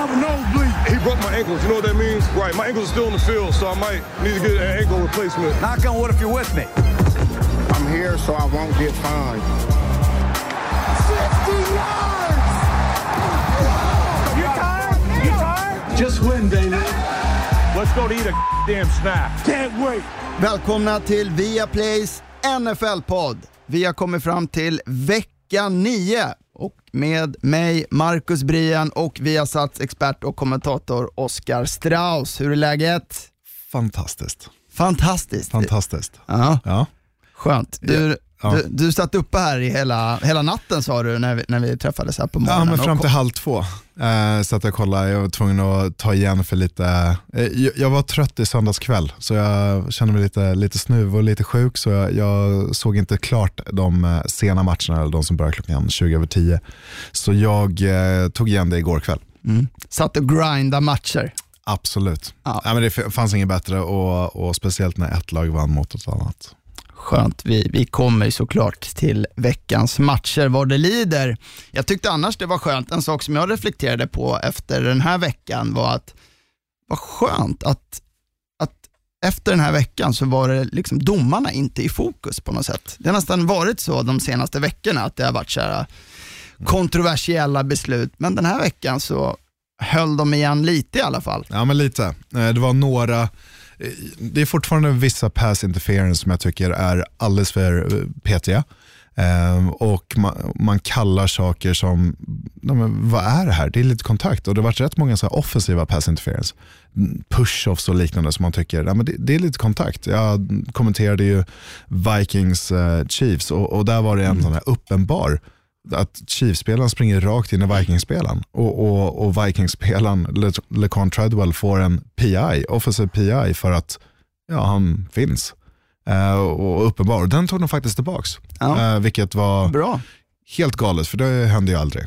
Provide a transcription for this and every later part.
have a nosebleed. He broke my ankles. You know what that means? Right. My ankles are still in the field, so I might need to get an ankle replacement. Knock on wood if you're with me. I'm here so I won't get fined. 60 yards! You tired? You tired? Just win, baby. Let's go to eat a damn snack. Can't wait. Välkomna till Viaplays NFL-podd. Vi har kommit fram till vecka 9 och med mig Marcus Brian och Viasats expert och kommentator Oskar Strauss. Hur är läget? Fantastiskt. Fantastiskt. Ja. Skönt. Du satt uppe här i hela natten, sa du, när vi träffades här på morgonen. Ja, men fram till 1:30 så att jag kollade. Jag var tvungen att ta igen för lite. Jag var trött i söndagskväll, så jag kände mig lite snuv och lite sjuk, så jag såg inte klart de sena matcherna, eller de som började klockan 20:10. Så jag tog igen det igår kväll. Satt och grinda matcher. Absolut. Ja. Men det fanns inget bättre, och speciellt när ett lag vann mot ett annat. Skönt, vi kommer såklart till veckans matcher vad det lider. Jag tyckte annars det var skönt, en sak som jag reflekterade på efter den här veckan var att vad skönt att efter den här veckan så var det liksom domarna inte i fokus på något sätt. Det har nästan varit så de senaste veckorna att det har varit så här kontroversiella beslut, men den här veckan så höll de igen lite i alla fall. Ja, men lite. Det var några. Det är fortfarande vissa pass interference som jag tycker är alldeles för petiga. Och man kallar saker som, vad är det här? Det är lite kontakt, och det har varit rätt många så här offensiva pass interference, push-offs och liknande som man tycker, men det är lite kontakt. Jag kommenterade ju Vikings Chiefs, och där var det en sån här uppenbar att Chiefs-spelaren springer rakt in i Vikings-spelaren, och Vikings-spelaren LeCon Treadwell får en PI, offensive PI, för att han finns. Och uppenbar. Den tog de faktiskt tillbaks. Vilket var bra. Helt galet, för det hände ju aldrig.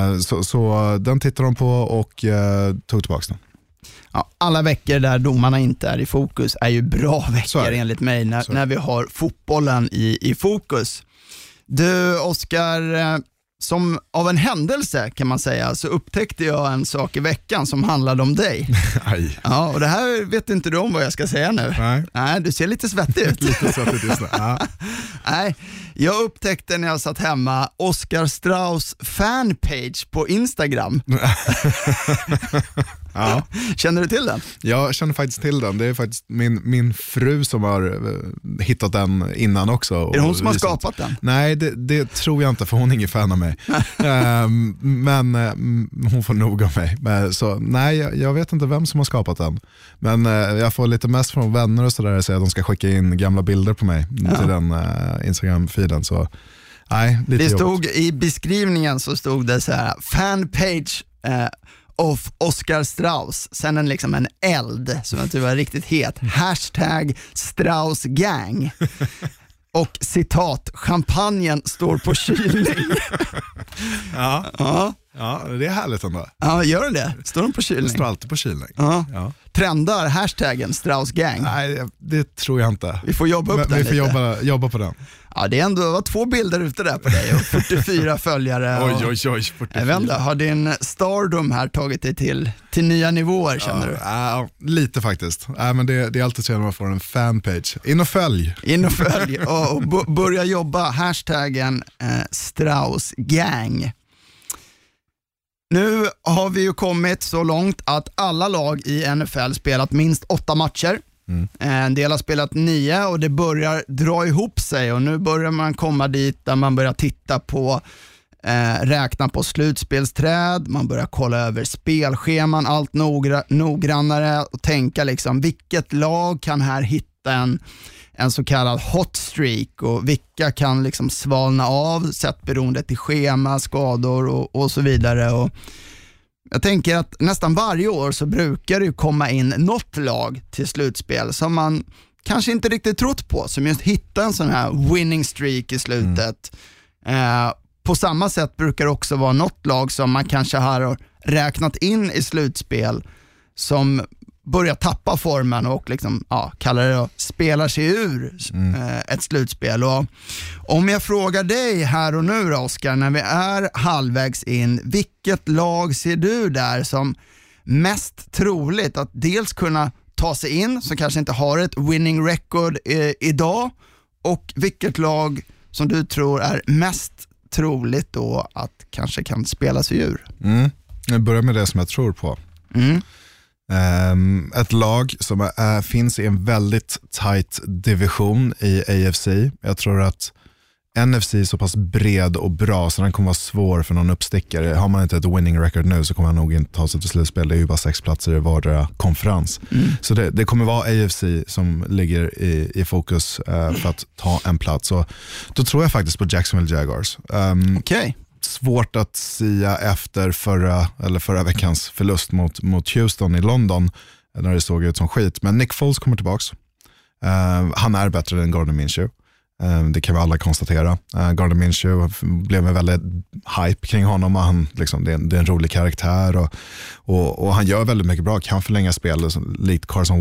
Så den tittade de på och tog tillbaks den. Ja, alla veckor där domarna inte är i fokus är ju bra veckor enligt mig, när vi har fotbollen i fokus. Du, Oskar, som av en händelse kan man säga, så upptäckte jag en sak i veckan som handlade om dig. Aj. Ja, och det här vet inte du om vad jag ska säga nu. Nej, du ser lite svettig ut. Lite svettig just nu. Ja. Nej, jag upptäckte när jag satt hemma Oskar Strauss fanpage på Instagram. Ja. Känner du till den? Jag känner faktiskt till den. Det är faktiskt min fru som har hittat den innan också. Är det hon som har skapat den? Nej, det tror jag inte, för hon är ingen fan av mig. Men hon får nog av mig. Så nej, jag vet inte vem som har skapat den. Men jag får lite mest från vänner och sådär, så att de ska skicka in gamla bilder på mig till den Instagram-feeden. Så nej, lite det stod jobbigt. I beskrivningen så stod det så här: fanpage of Oskar Strauss, sen en eld som jag tror var riktigt het, #StraussGang och citat, champagnen står på kylning. Ja, det är härligt ändå. Ja, gör det? Står de på kylning? Det står alltid på kylning. Ja. Trendar hashtaggen StraussGang? Nej, det tror jag inte. Vi får jobba upp den lite. Vi får jobba på den. Ja, det är ändå 2 bilder ute där på dig och 44 följare. Oj, 44. Jag vet inte, har din stardom här tagit dig till nya nivåer, känner du? Ja, lite faktiskt. Men det är alltid så när man får en fanpage. In och följ och börja jobba hashtaggen StraussGang. Nu har vi ju kommit så långt att alla lag i NFL spelat minst 8 matcher. En del har spelat 9 och det börjar dra ihop sig, och nu börjar man komma dit där man börjar titta på räkna på slutspelsträd, man börjar kolla över spelscheman allt noggrannare och tänka vilket lag kan här hitta en så kallad hot streak, och vilka kan svalna av sett beroende till schema, skador och så vidare. Och jag tänker att nästan varje år så brukar det komma in något lag till slutspel som man kanske inte riktigt trott på, som just hittar en sån här winning streak i slutet. På samma sätt brukar det också vara något lag som man kanske har räknat in i slutspel som börjar tappa formen och kallar det spelar sig ur ett slutspel. Och om jag frågar dig här och nu, Oskar, när vi är halvvägs in, vilket lag ser du där som mest troligt att dels kunna ta sig in, som kanske inte har ett winning record idag, och vilket lag som du tror är mest troligt då att kanske kan spela sig ur? Jag börjar med det som jag tror på. Ett lag som finns i en väldigt tight division i AFC. Jag tror att NFC är så pass bred och bra så den kommer vara svår för någon uppstickare. Har man inte ett winning record nu så kommer man nog inte ta sig till slutspel. Det är ju bara 6 platser i vardera konferens. Så det kommer vara AFC som ligger i fokus för att ta en plats. Så då tror jag faktiskt på Jacksonville Jaguars. Okej. Svårt att sia efter förra veckans förlust mot Houston i London när det såg ut som skit. Men Nick Foles kommer tillbaks. Han är bättre än Gardner Minshew. Det kan vi alla konstatera. Gardner Minshew blev en väldigt hype kring honom. Han, liksom, det är en rolig karaktär och han gör väldigt mycket bra. Kan förlänga spel likt Carson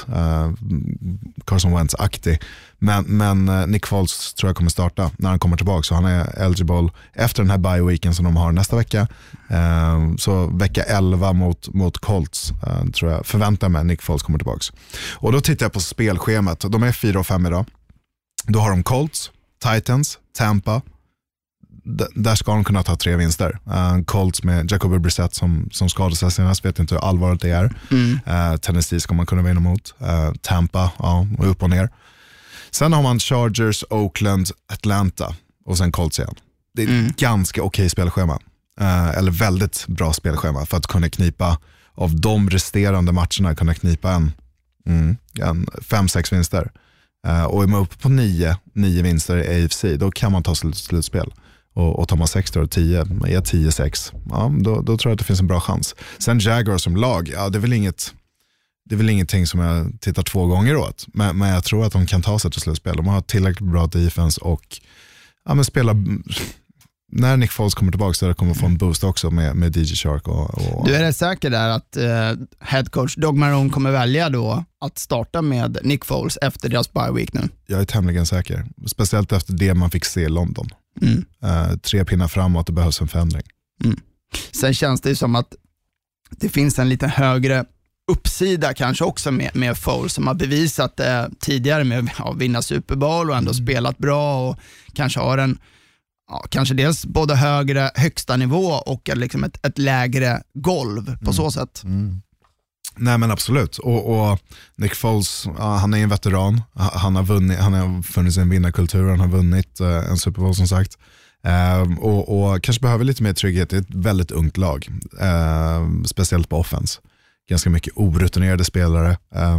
Wentz-aktig. Men Nick Foles tror jag kommer starta när han kommer tillbaka. Så han är eligible efter den här bye-weeken som de har nästa vecka. Så vecka 11 mot Colts tror jag. Förväntar mig Nick Foles kommer tillbaka. Och då tittar jag på spelschemat. De är 4-5 idag. Då har de Colts, Titans, Tampa. Där ska de kunna ta 3 vinster. Colts med Jacoby Brissett som skadade sig senast. Vet inte hur allvarligt det är. Tennessee ska man kunna vinna mot. Tampa, ja, och upp och ner. Sen har man Chargers, Oakland, Atlanta och sen Colts igen. Det är ett ganska okej spelschema. Eller väldigt bra spelschema för att kunna knipa av de resterande matcherna, kunna knipa en 5-6 vinster. Och är man uppe på 9 vinster i AFC, då kan man ta slutspel. Och tar man 6 och 10, är 10-6, ja, då tror jag att det finns en bra chans. Sen Jaguars som lag, ja, det är väl ingenting som jag tittar 2 gånger åt. Men jag tror att de kan ta sig till slutspel. De har tillräckligt bra defense och men spela... När Nick Foles kommer tillbaka så kommer få en boost också med DJ Shark. Och... Du är det säker där att headcoach Doug Marrone kommer välja då att starta med Nick Foles efter deras bye week nu? Jag är tämligen säker. Speciellt efter det man fick se i London. 3 pinnar framåt, det behövs en förändring. Sen känns det ju som att det finns en lite högre uppsida kanske också med Foles som har bevisat det tidigare med att vinna Super Bowl och ändå spelat bra och kanske har en kanske dels både högsta nivå och liksom ett lägre golv på så sätt. Nej men absolut. Och Nick Foles, han är en veteran. Han har funnits i en vinnarkultur. Han har vunnit en Super Bowl som sagt. Och kanske behöver lite mer trygghet. Det är ett väldigt ungt lag. Speciellt på offense. Ganska mycket orutinerade spelare.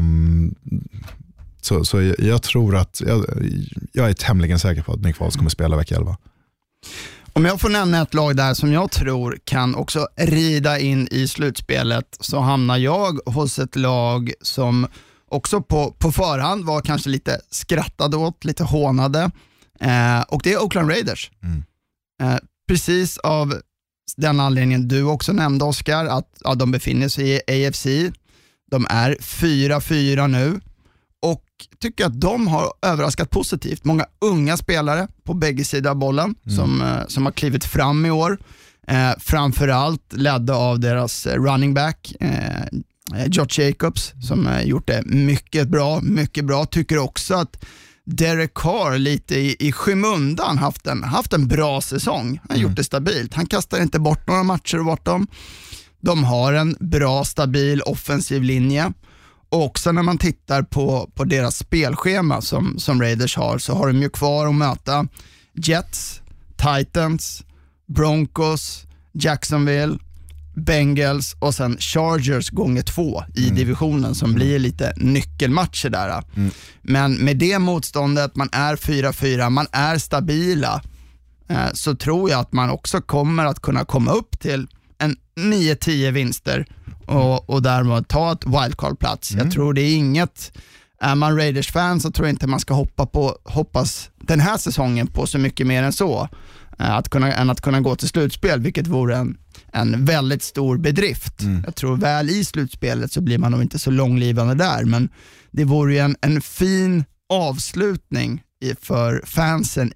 Så jag tror att jag är tämligen säker på att Nick Foles kommer spela vecka 11. Om jag får nämna ett lag där som jag tror kan också rida in i slutspelet, så hamnar jag hos ett lag som också på förhand var kanske lite skrattade åt, lite hånade. Och det är Oakland Raiders. Precis av den anledningen du också nämnde, Oscar, att de befinner sig i AFC. De är 4-4 nu. Och tycker att de har överraskat positivt. Många unga spelare på bägge sidor av bollen som har klivit fram i år. Framförallt ledda av deras running back Josh Jacobs som gjort det mycket bra. Tycker också att Derek Carr lite i skymundan haft en bra säsong. Han har gjort det stabilt. Han kastar inte bort några matcher åt dem. De har en bra, stabil offensiv linje. Och också när man tittar på deras spelschema som Raiders har, så har de ju kvar att möta Jets, Titans, Broncos, Jacksonville, Bengals och sen Chargers gånger 2 i divisionen som blir lite nyckelmatcher där. Men med det motståndet, man är 4-4, man är stabila, så tror jag att man också kommer att kunna komma upp till en 9-10 vinster och därmed ta ett wildcard-plats. Jag tror det är inget, är man Raiders-fan så tror jag inte man ska hoppas den här säsongen på så mycket mer än så. Än att kunna gå till slutspel, vilket vore en väldigt stor bedrift. Jag tror väl i slutspelet så blir man nog inte så långlivande där, men det vore ju en fin avslutning för fansen i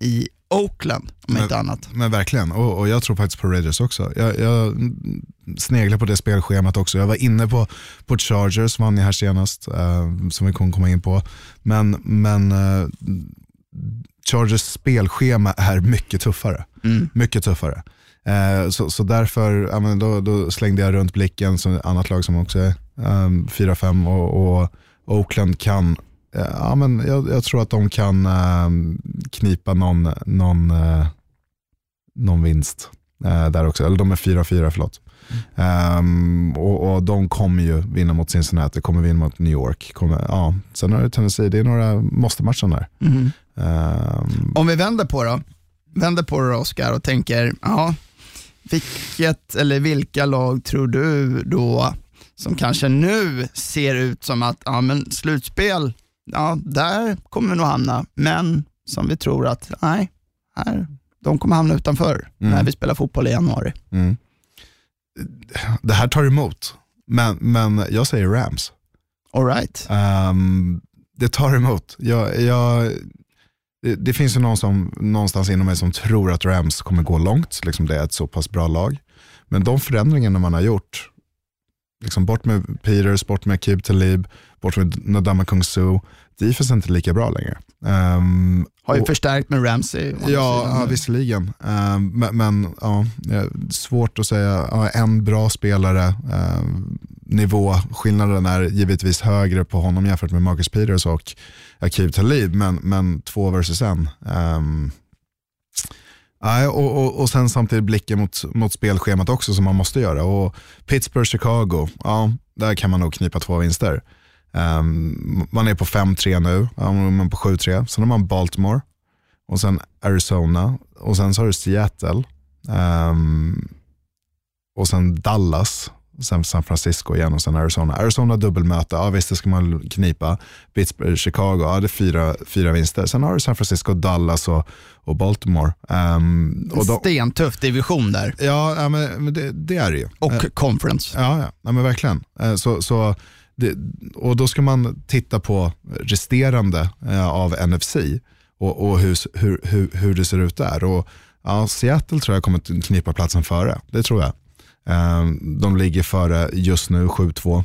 Oakland om inte annat. Men verkligen, och jag tror faktiskt på Raiders också. Jag sneglar på det spelschemat också. Jag var inne på Chargers, vann jag här senast, som vi kommer komma in på. Men Chargers spelschema är mycket tuffare. Mycket tuffare. Så därför då slängde jag runt blicken som ett annat lag som också är 4-5 och Oakland kan jag tror att de kan knipa någon vinst där också, eller de är 4-4 förlåt. Och de kommer ju vinna mot Cincinnati, kommer vinna mot New York, sen har det Tennessee, det är några måste-matcher där. Om vi vänder på det Oskar och tänker, vilka lag tror du då som kanske nu ser ut som att slutspel, där kommer vi nog hamna, men som vi tror att de kommer hamna utanför när vi spelar fotboll i januari. Det här tar emot, men jag säger Rams. All right. Det tar emot. Det finns ju någonstans inom mig som tror att Rams kommer gå långt, liksom det är ett så pass bra lag. Men de förändringarna man har gjort, liksom bort med Peters, bort med Aqib Talib, bort med Ndamukong Kungsu, defense är inte lika bra längre. Har ju förstärkt med Ramsey. Visserligen. Men svårt att säga. En bra spelare, nivåskillnaden är givetvis högre på honom jämfört med Marcus Peters och Aqib Talib, men 2 versus 1. Och sen samtidigt blicken mot spelschemat också som man måste göra. Och Pittsburgh, Chicago, där kan man nog knipa 2 vinster. Man är på 5-3 nu, man är på 7-3. Sen har man Baltimore och sen Arizona och sen så har du Seattle och sen Dallas, sen San Francisco igen och sen Arizona dubbelmöte, visst det ska man knipa. Pittsburgh, Chicago, det är 4 vinster. Sen har du San Francisco, Dallas och Baltimore. Stentuff division där. Ja, men det är det ju. Och conference. Ja, men verkligen. Och då ska man titta på resterande av NFC och hur det ser ut där. Och Seattle tror jag kommer att knipa platsen före. Det tror jag. De ligger före just nu 7-2.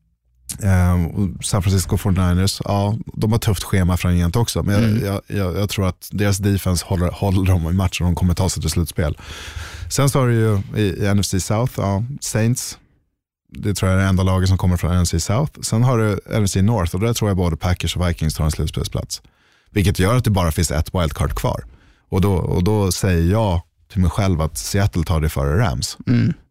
San Francisco 49ers, de har tufft schema framgent också, men jag tror att deras defense håller dem i matchen och de kommer ta sig till slutspel. Sen så har du ju i NFC South, Saints. Det tror jag är det enda laget som kommer från NFC South. Sen har du NFC North och där tror jag både Packers och Vikings tar en slutspelsplats. Vilket gör att det bara finns ett wildcard kvar. Och då säger jag till mig själv att Seattle tar det före Rams.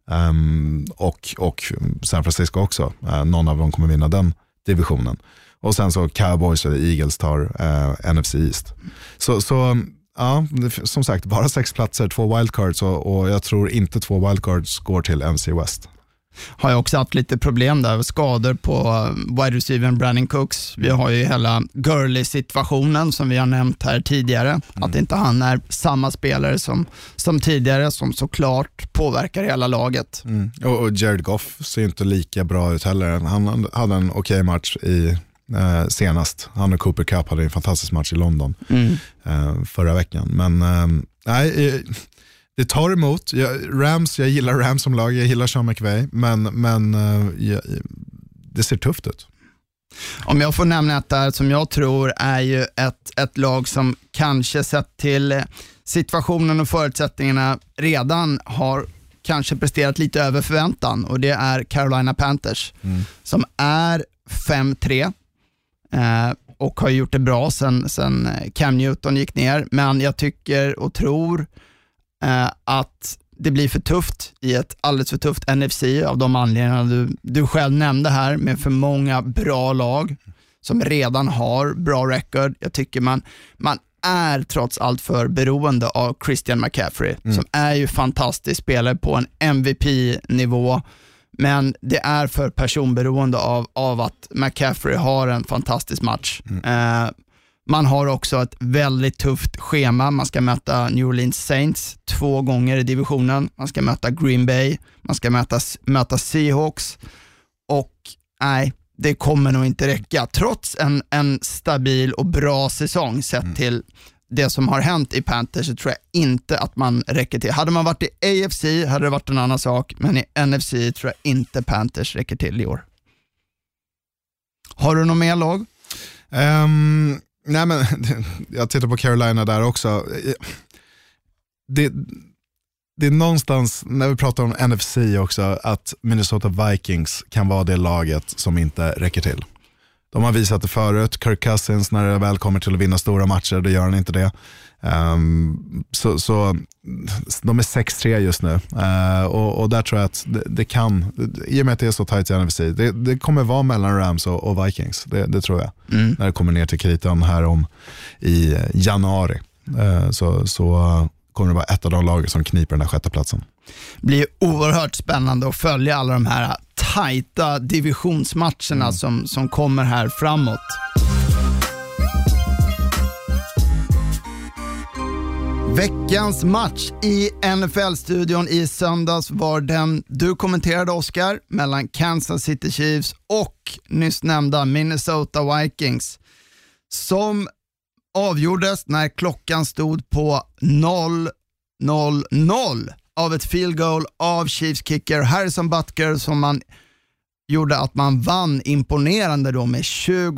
Och San Francisco också. Någon av dem kommer vinna den divisionen. Och sen så Cowboys och Eagles tar NFC East. Så som sagt, bara 6 platser, 2 wildcards och jag tror inte 2 wildcards går till NFC West. Har jag också haft lite problem där, skador på wide receiver Brandon Cooks. Vi har ju hela Gurley-situationen som vi har nämnt här tidigare. Att inte han är samma spelare som tidigare, som såklart påverkar hela laget. Och Jared Goff ser inte lika bra ut heller. Han hade en okej match senast. Han och Cooper Kupp hade en fantastisk match i London förra veckan. Men det tar emot. Jag gillar Rams som lag, jag gillar Sean McVay, men det ser tufft ut. Om jag får nämna ett där som jag tror är ju ett lag som kanske sett till situationen och förutsättningarna redan har kanske presterat lite över förväntan, och det är Carolina Panthers som är 5-3 och har gjort det bra sen Cam Newton gick ner, men jag tycker och tror att det blir för tufft i ett alldeles för tufft NFC av de anledningarna du själv nämnde här, med för många bra lag som redan har bra record. Jag tycker man är trots allt för beroende av Christian McCaffrey som är ju fantastisk spelare på en MVP-nivå, men det är för personberoende av att McCaffrey har en fantastisk match. Man har också ett väldigt tufft schema. Man ska möta New Orleans Saints 2 gånger i divisionen. Man ska möta Green Bay. Man ska möta Seahawks. Och nej, det kommer nog inte räcka. Trots en stabil och bra säsong sett till det som har hänt i Panthers så tror jag inte att man räcker till. Hade man varit i AFC hade det varit en annan sak, men i NFC tror jag inte Panthers räcker till i år. Har du någon mer lag? Nej, men jag tittar på Carolina där också. Det är någonstans, när vi pratar om NFC också, att Minnesota Vikings kan vara det laget som inte räcker till. De har visat det förut. Kirk Cousins, när det väl kommer till att vinna stora matcher, då gör han inte det. Så de är 6-3 just nu. Och där tror jag att det kan, i och med att det är så tajt i NFC, det kommer vara mellan Rams och Vikings. Det tror jag. När det kommer ner till kritan här i januari. Så kommer det vara ett av de lag som kniper den här sjätte platsen. Det blir oerhört spännande att följa alla de här tajta divisionsmatcherna som kommer här framåt. Veckans match i NFL-studion i söndags var den du kommenterade, Oscar, mellan Kansas City Chiefs och nyss nämnda Minnesota Vikings, som avgjordes när klockan stod på 0-0 av ett field goal av Chiefs kicker Harrison Butker, som man gjorde att man vann imponerande då med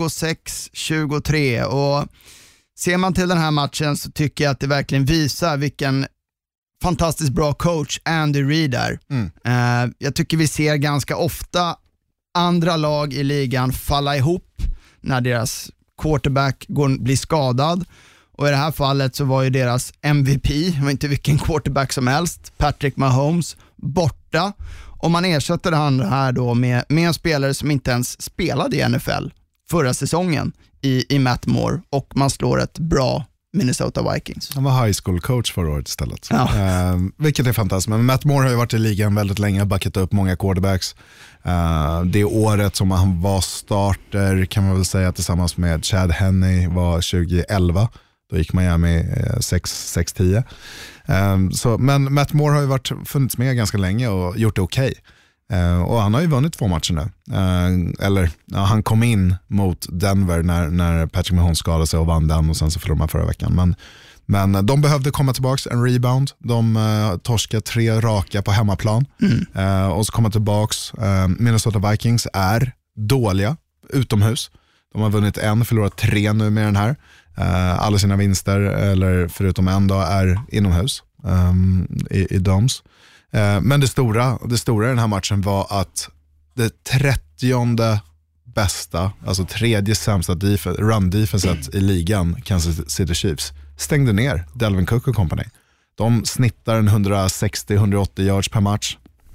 26-23. Och ser man till den här matchen så tycker jag att det verkligen visar vilken fantastiskt bra coach Andy Reid är. Jag tycker vi ser ganska ofta andra lag i ligan falla ihop när deras quarterback blir skadad. Och i det här fallet så var ju deras MVP, det var inte vilken quarterback som helst, Patrick Mahomes, borta. Och man ersätter han här då med en spelare som inte ens spelade i NFL förra säsongen i Matt Moore, och man slår ett bra Minnesota Vikings. Han var high school coach förra året istället. Ja. Vilket är fantastiskt. Men Matt Moore har ju varit i ligan väldigt länge, backat upp många quarterbacks. Det året som han var starter kan man väl säga tillsammans med Chad Henne var 2011. Då gick Miami 6-10. Men Matt Moore har ju funnits med ganska länge och gjort det okej. Och han har ju vunnit 2 matcher nu. Han kom in mot Denver när Patrick Mahomes skadade sig och vann den, och sen så förlorade man förra veckan. Men de behövde komma tillbaka, en rebound. De torskade 3 raka på hemmaplan. Och så komma tillbaks. Minnesota Vikings är dåliga utomhus. De har vunnit 1, förlorat 3 nu med den här. Alla sina vinster, eller förutom en dag, är inomhus i Doms. Men det stora i den här matchen var att det 30:e bästa, alltså 3:e sämsta run-defenset i ligan, Kansas City Chiefs, stängde ner Dalvin Cook och company. De snittar en 160-180 yards per match.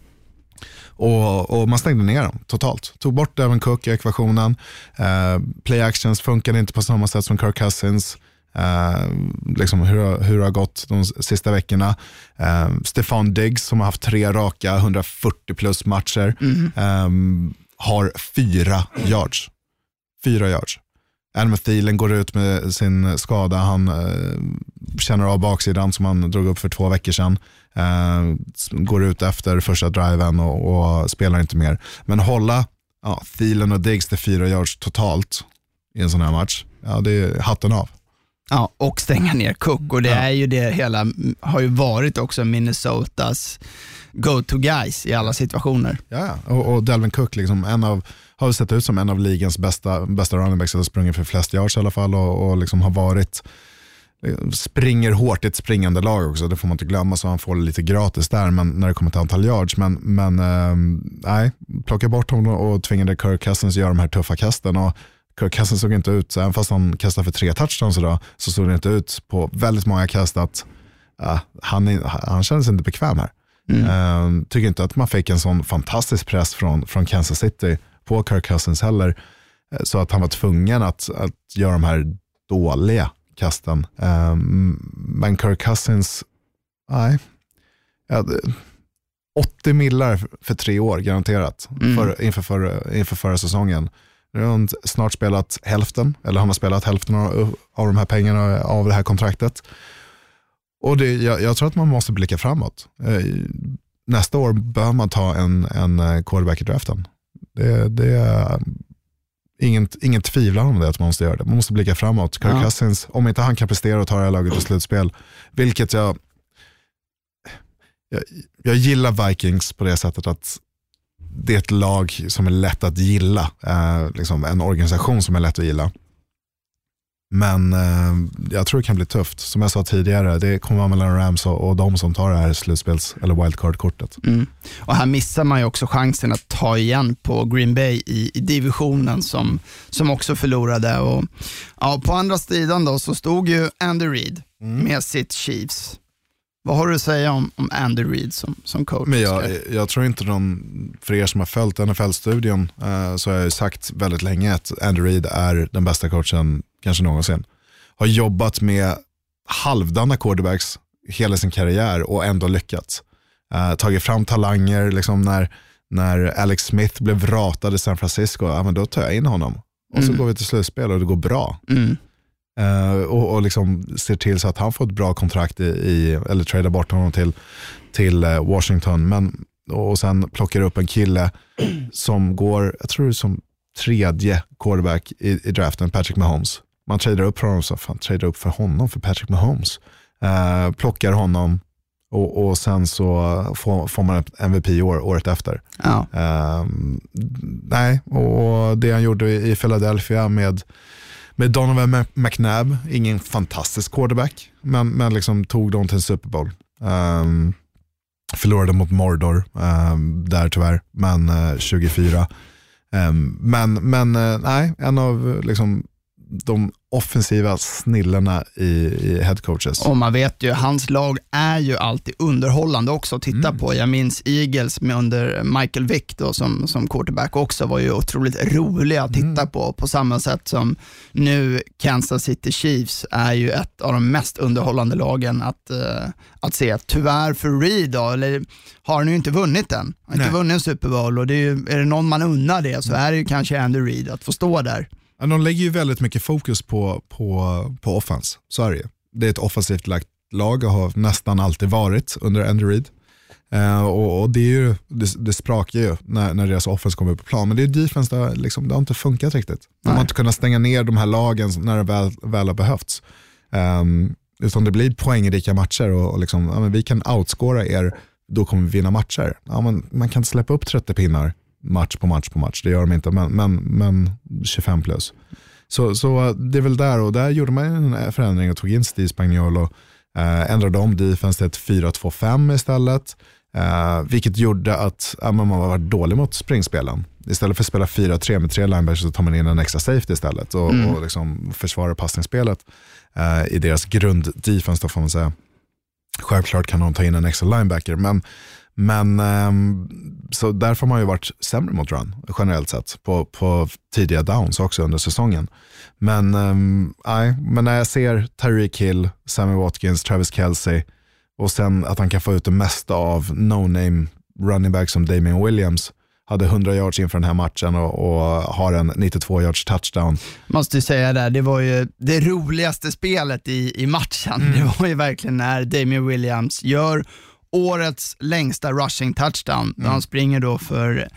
Och man stängde ner dem totalt. Tog bort Dalvin Cook i ekvationen. Play actions funkade inte på samma sätt som Kirk Cousins. Liksom hur det har gått de sista veckorna. Stefan Diggs, som har haft 3 raka 140 plus matcher, har 4 yards. 4 yards. Adam Thielen går ut med sin skada. Han känner av baksidan som han drog upp för 2 veckor sedan. Går ut efter första driven och spelar inte mer. Men hålla Thielen och Diggs till 4 yards totalt i en sån här match, det är hatten av. Ja, och stänga ner Cook, och det är ju det hela, har ju varit också Minnesotas go-to guys i alla situationer. Ja, och Dalvin Cook liksom har sett ut som en av ligans bästa running backs, har sprungit för flest yards i alla fall, och liksom har varit, springer hårt i ett springande lag också, det får man inte glömma, så han får lite gratis där, men när det kommer till antal yards, men plocka bort honom och tvingade Kirk Cousins göra de här tuffa kasten, och Kirk Cousins såg inte ut, även fast han kastade för 3 touchdowns idag, så såg det inte ut på väldigt många kast att han kändes inte bekväm här. Tycker inte att man fick en sån fantastisk press från Kansas City på Kirk Cousins heller, så att han var tvungen att göra de här dåliga kasten. Men Kirk Cousins, 80 millar för 3 år garanterat inför förra säsongen. Nu har han snart spelat hälften, eller han har spelat hälften av de här pengarna av det här kontraktet. Och jag tror att man måste blicka framåt. Nästa år bör man ta en quarterback i draften. Det är Ingen tvivlar om det, att man måste göra det. Man måste blicka framåt. Kirk Cousins, om inte han kan prestera och ta det här laget till slutspel, vilket jag gillar Vikings på det sättet att det är ett lag som är lätt att gilla. Liksom en organisation som är lätt att gilla. Men jag tror det kan bli tufft. Som jag sa tidigare, det kommer vara mellan Rams och de som tar det här slutspels- eller wildcard-kortet. Och här missar man ju också chansen att ta igen på Green Bay i divisionen som också förlorade. Och, på andra sidan då så stod ju Andy Reid med sitt Chiefs. Vad har du att säga om Andy Reid som coach? Men jag tror inte för er som har följt NFL-studion så har jag ju sagt väldigt länge att Andy Reid är den bästa coachen kanske någonsin. Har jobbat med halvdana quarterbacks hela sin karriär och ändå lyckats. Tagit fram talanger liksom när Alex Smith blev ratad i San Francisco, men då tar jag in honom. Och så går vi till slutspel och det går bra. Och liksom ser till så att han får ett bra kontrakt eller tradar bort honom till Washington, och sen plockar upp en kille som går, jag tror som 3:e quarterback i draften, Patrick Mahomes. Man tradar upp för honom, så fan tradar upp för honom för Patrick Mahomes. Plockar honom och sen så får man ett MVP året efter. Nej, och det han gjorde i Philadelphia med Donovan McNabb, ingen fantastisk quarterback, men liksom tog dem till en Super Bowl. Förlorade mot Mordor där tyvärr, men 24. Men nej, en av liksom de offensiva snillarna i head coaches. Och man vet ju, hans lag är ju alltid underhållande också att titta på. Jag minns Eagles med under Michael Vick då, som quarterback också var ju otroligt roliga att titta på samma sätt som nu Kansas City Chiefs är ju ett av de mest underhållande lagen att se. Tyvärr för Reid då, eller har han ju inte vunnit den. Han har inte vunnit en Super Bowl, och är det någon man unnar det så är det ju kanske Andy Reid att få stå där. Ja, de lägger ju väldigt mycket fokus på offense, så är det ju. Det är ett offensivt lag och har nästan alltid varit under Andy Reid. Och det är ju, det sprakar ju när deras offense kommer upp på plan. Men det är defense där liksom, det har inte funkat riktigt. De har inte kunnat stänga ner de här lagen när det väl har behövts. Utan det blir poängrika matcher och liksom, men vi kan outscora er, då kommer vi vinna matcher. Man kan inte släppa upp 30 pinnar match på match, det gör de inte, men 25 plus. Så det är väl där, och där gjorde man en förändring och tog in Steve Spagnuolo, ändrade om defense till ett 4-2-5 istället, vilket gjorde att man var dålig mot springspelen. Istället för att spela 4-3 med 3 linebackers så tar man in en extra safety istället och liksom försvarar passningsspelet i deras grunddefense då, får man säga. Självklart kan de ta in en extra linebacker, men så därför har man ju varit sämre mot run generellt sett på tidiga downs också under säsongen. Men när jag ser Tyreek Hill, Sammy Watkins, Travis Kelce och sen att han kan få ut det mesta av no-name running back som Damien Williams, hade 100 yards inför den här matchen och har en 92 yards touchdown. Måste ju säga det var ju det roligaste spelet i matchen. Det var ju verkligen när Damien Williams gör årets längsta rushing touchdown. Han springer då för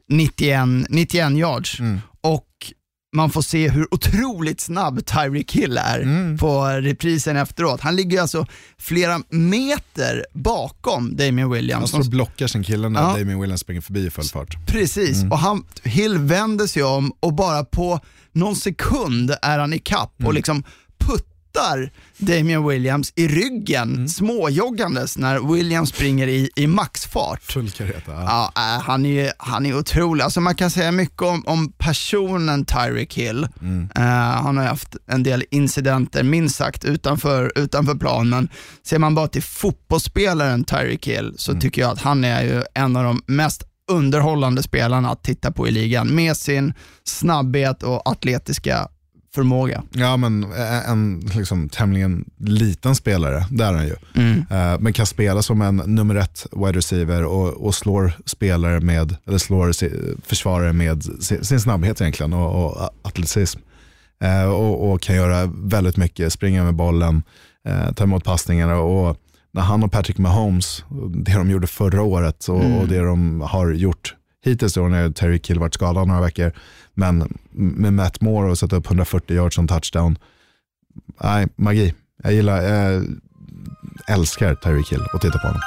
91 yards. Och man får se hur otroligt snabb Tyreek Hill är på reprisen efteråt. Han ligger alltså flera meter bakom Damien Williams. Han står och blockar sin kille när Damien Williams springer förbi i full fart. Precis, och Hill vänder sig om och bara på någon sekund är han i kapp och liksom puttar Damien Williams i ryggen småjoggandes när Williams springer i maxfart. Full kareta. Ja, han är otrolig. Alltså man kan säga mycket om personen Tyreek Hill. Han har haft en del incidenter minst sagt utanför plan, men ser man bara till fotbollsspelaren Tyreek Hill så tycker jag att han är ju en av de mest underhållande spelarna att titta på i ligan med sin snabbhet och atletiska förmåga. Ja, men en liksom tämligen liten spelare, där är han ju. Men kan spela som en nummer 1 wide receiver och slår spelare med, eller slår försvarare med sin snabbhet egentligen och atletism. Och kan göra väldigt mycket, springa med bollen, ta emot passningar, och när han och Patrick Mahomes, det de gjorde förra året och det de har gjort Hittills då när Terry Kill varit skadad några veckor, men med Matt Moore och sätta upp 140 yards som touchdown. Nej, magi. Jag älskar Terry Kill och titta på honom.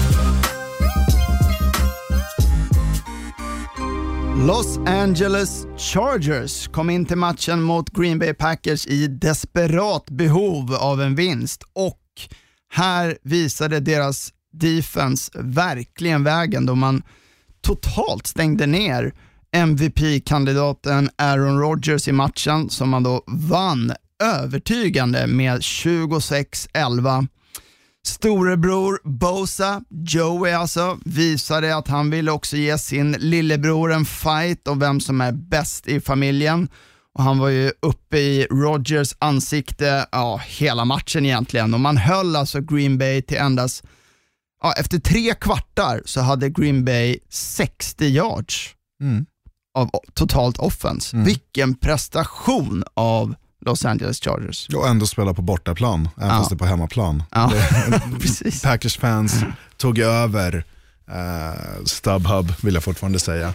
Los Angeles Chargers kom in till matchen mot Green Bay Packers i desperat behov av en vinst, och här visade deras defense verkligen vägen då man totalt stängde ner MVP-kandidaten Aaron Rodgers i matchen, som man då vann övertygande med 26-11. Storebror Bosa, Joey alltså, visade att han ville också ge sin lillebror en fight om vem som är bäst i familjen. Och han var ju uppe i Rodgers ansikte hela matchen egentligen. Och man höll alltså Green Bay till endast, efter 3 kvartar så hade Green Bay 60 yards av totalt offense. Vilken prestation av Los Angeles Chargers. Och ändå spela på bortaplan, även fast det är på hemmaplan. Ja. Precis. Packers fans tog över StubHub, vill jag fortfarande säga.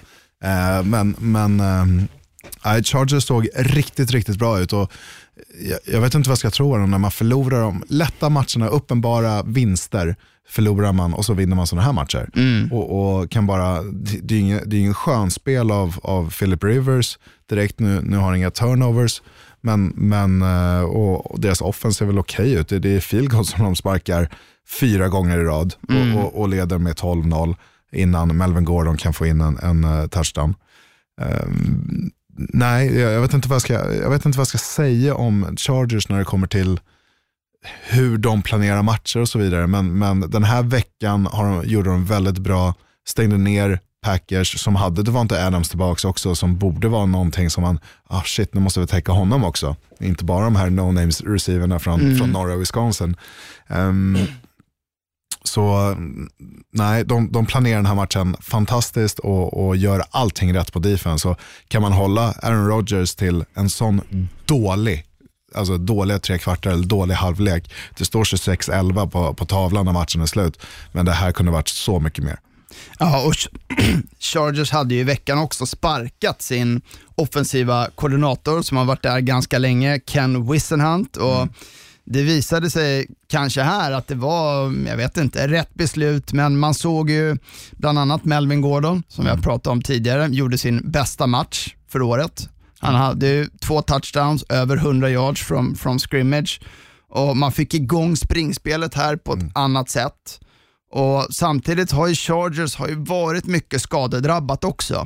Chargers såg riktigt, riktigt bra ut, och jag vet inte vad jag ska tro om när man förlorar de lätta matcherna, uppenbara vinster förlorar man och så vinner man sådana här matcher. Och kan bara, det är ingen skönspel av Philip Rivers direkt, nu har inga turnovers, men och deras offense ser väl okej ut. Det är field goal som de sparkar 4 gånger i rad och leder med 12-0 innan Melvin Gordon kan få in en touchdown. Nej, jag vet inte vad jag ska säga om Chargers när det kommer till hur de planerar matcher och så vidare, men den här veckan gjorde de väldigt bra, stängde ner Packers som hade Devontae Adams tillbaka också, som borde vara någonting som man, nu måste vi täcka honom också, inte bara de här no-names receiverna från norra Wisconsin. Så nej, de planerar den här matchen fantastiskt och gör allting rätt på defense. Så kan man hålla Aaron Rodgers till en sån dåliga 3 kvartar eller dålig halvlek, det står 26-11 på tavlan när matchen är slut, men det här kunde varit så mycket mer. Ja, och Chargers hade ju i veckan också sparkat sin offensiva koordinator som har varit där ganska länge, Ken Whisenhunt, och det visade sig kanske här att det var, jag vet inte, rätt beslut, men man såg ju bland annat Melvin Gordon, som vi har pratat om tidigare, gjorde sin bästa match för året. Han hade 2 touchdowns, över 100 yards from scrimmage, och man fick igång springspelet här på ett annat sätt. Och samtidigt har ju Chargers varit mycket skadedrabbat också.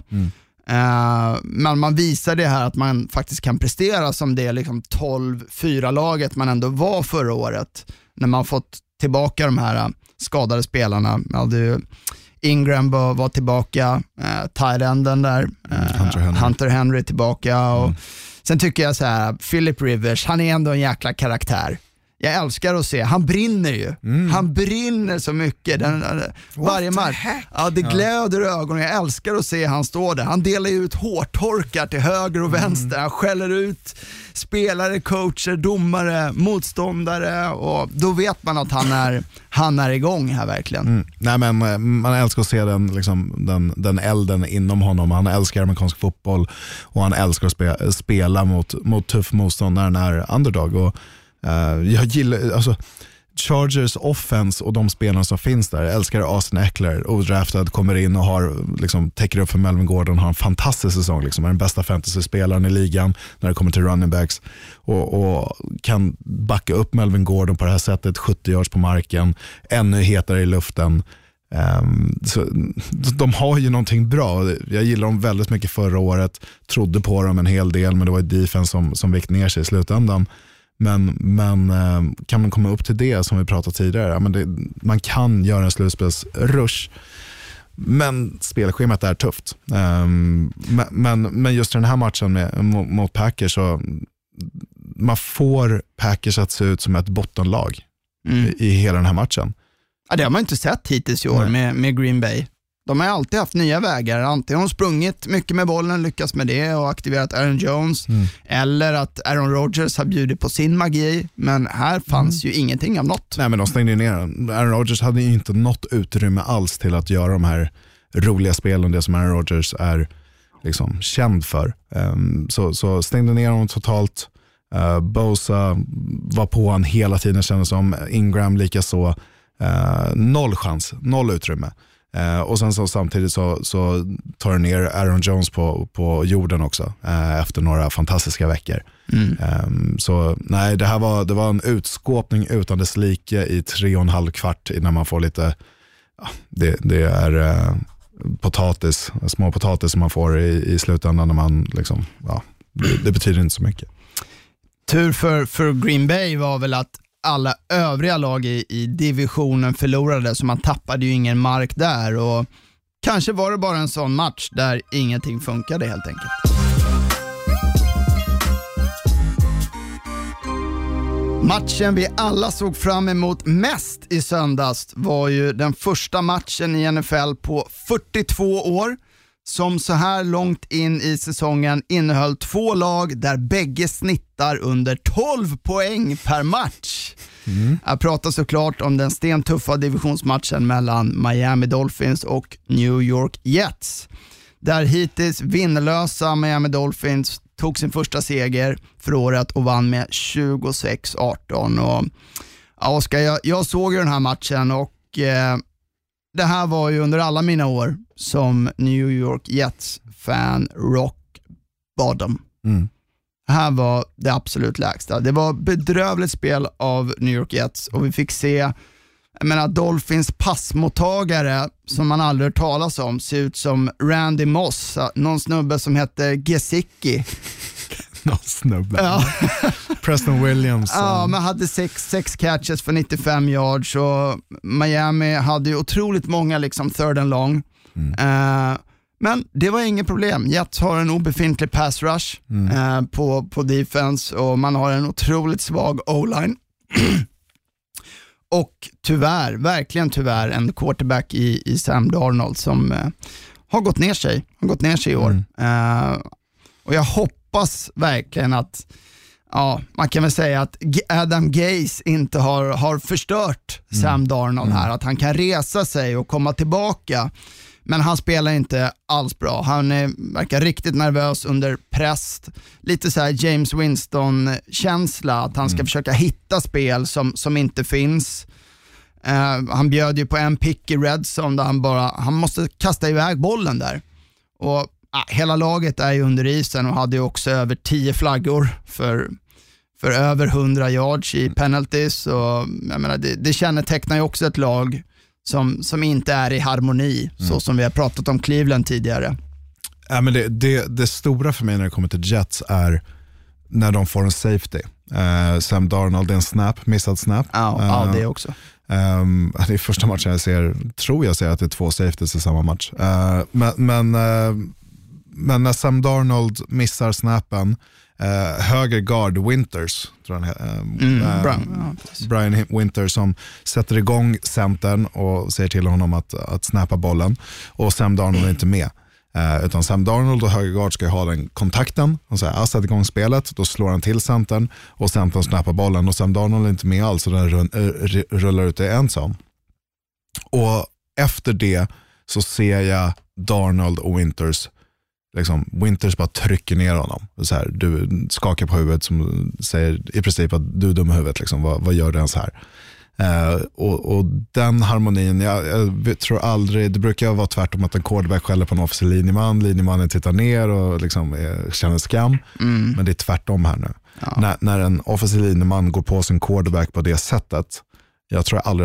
Men man visar det här att man faktiskt kan prestera som det liksom 12-4-laget man ändå var förra året, när man fått tillbaka de här skadade spelarna. Ingram var tillbaka, tight enden där, Hunter Henry tillbaka, och sen tycker jag så här, Philip Rivers, han är ändå en jäkla karaktär. Jag älskar att se, han brinner ju. Han brinner så mycket. Varje match. Ja, det glöder i ögonen. Jag älskar att se han står där. Han delar ut hårtorkar till höger och vänster. Han skäller ut spelare, coacher, domare, motståndare, och då vet man att han är igång här verkligen. Nej, men man älskar att se den elden inom honom. Han älskar amerikansk fotboll och han älskar att spela mot tuff motståndare när underdog, och jag gillar Chargers offense och de spelarna som finns där. Jag älskar Austin Eckler, odraftad, kommer in och har täcker upp för Melvin Gordon, har en fantastisk säsong, är den bästa fantasy-spelaren i ligan när det kommer till running backs, och kan backa upp Melvin Gordon på det här sättet, 70 yards på marken, ännu hetare i luften. Så de har ju någonting bra. Jag gillar dem väldigt mycket förra året, trodde på dem en hel del, men det var defense som vikt ner sig i slutändan. Men kan man komma upp till det som vi pratade tidigare, man kan göra en slutspelsrush, men spelschemat är tufft. Men just den här matchen mot Packers, så man får Packers att se ut som ett bottenlag i hela den här matchen. Ja, det har man inte sett hittills i år med Green Bay. De har alltid haft nya vägar. Antingen har de sprungit mycket med bollen, lyckats med det och aktiverat Aaron Jones, eller att Aaron Rodgers har bjudit på sin magi, men här fanns ju ingenting av något. Nej, men de stängde ner den. Aaron Rodgers hade ju inte något utrymme alls till att göra de här roliga spel än det som Aaron Rodgers är liksom känd för. Så stängde ner honom totalt. Bosa var på han hela tiden, kändes som. Ingram lika så. Noll chans, noll utrymme. Och sen så samtidigt så tar det ner Aaron Jones på jorden också efter några fantastiska veckor. Så nej, det var en utskåpning utan dess like i 3,5 kvart innan man får lite, det är små potatis som man får i slutändan när man liksom, det betyder inte så mycket. Tur för Green Bay var väl att alla övriga lag i divisionen förlorade, så man tappade ju ingen mark där, och kanske var det bara en sån match där ingenting funkade helt enkelt. Matchen vi alla såg fram emot mest i söndags var ju den första matchen i NFL på 42 år som så här långt in i säsongen innehöll 2 lag där bägge snittar under 12 poäng per match. Jag pratar såklart om den stentuffa divisionsmatchen mellan Miami Dolphins och New York Jets. Där hittills vinnlösa Miami Dolphins tog sin första seger för året och vann med 26-18. Och Oskar, jag såg ju den här matchen, och det här var ju under alla mina år som New York Jets-fan rock bottom. Det här var det absolut lägsta. Det var bedrövligt spel av New York Jets, och vi fick se, Dolphins passmottagare som man aldrig hört talas om ser ut som Randy Moss, någon snubbe som hette Gesicki. Någon snubbe. Ja. Preston Williams. Ja, man hade 6 catches för 95 yards, och Miami hade ju otroligt många liksom third and long. Men det var inget problem. Jets har en obefintlig pass rush på defense, och man har en otroligt svag O-line. Och tyvärr, verkligen tyvärr, en quarterback i Sam Darnold som har gått ner sig i år. Och jag hoppas verkligen att, man kan väl säga att Adam Gase inte har förstört Sam Darnold här, att han kan resa sig och komma tillbaka. Men han spelar inte alls bra. Han verkar riktigt nervös under press. Lite så här James Winston-känsla, att han ska försöka hitta spel som inte finns. Han bjöd ju på en pick i red zone där han måste kasta iväg bollen där. Och hela laget är ju under isen och hade ju också över 10 flaggor för över 100 yards i penalties. Och jag menar, det kännetecknar ju också ett lag som inte är i harmoni, så som vi har pratat om Cleveland tidigare. Ja, men det stora för mig när det kommer till Jets är när de får en safety. Sam Darnold, en missad snap. Ja, det också. Det är första matchen jag ser att det är 2 safeties i samma match. Men när Sam Darnold missar snappen, höger guard Winters, tror han, Brian Winters, som sätter igång centern och säger till honom att snappa bollen, och Sam Darnold är inte med, utan Sam Darnold och höger guard ska ha den kontakten och säger sätter igång spelet, då slår han till centern och centern snappar bollen, och Sam Darnold är inte med alls, och den rullar ut i en zone. Och efter det så ser jag Darnold och Winters bara trycker ner honom. Så här, du skakar på huvudet som säger i princip att du är dum i huvudet. Vad gör du ens här? Och den harmonin, jag tror aldrig, det brukar vara tvärtom att en quarterback skäller på en offensiv linjemannen tittar ner och känner skam. Men det är tvärtom här nu. Ja. När en offensiv linjeman går på sin quarterback på det sättet, jag tror jag aldrig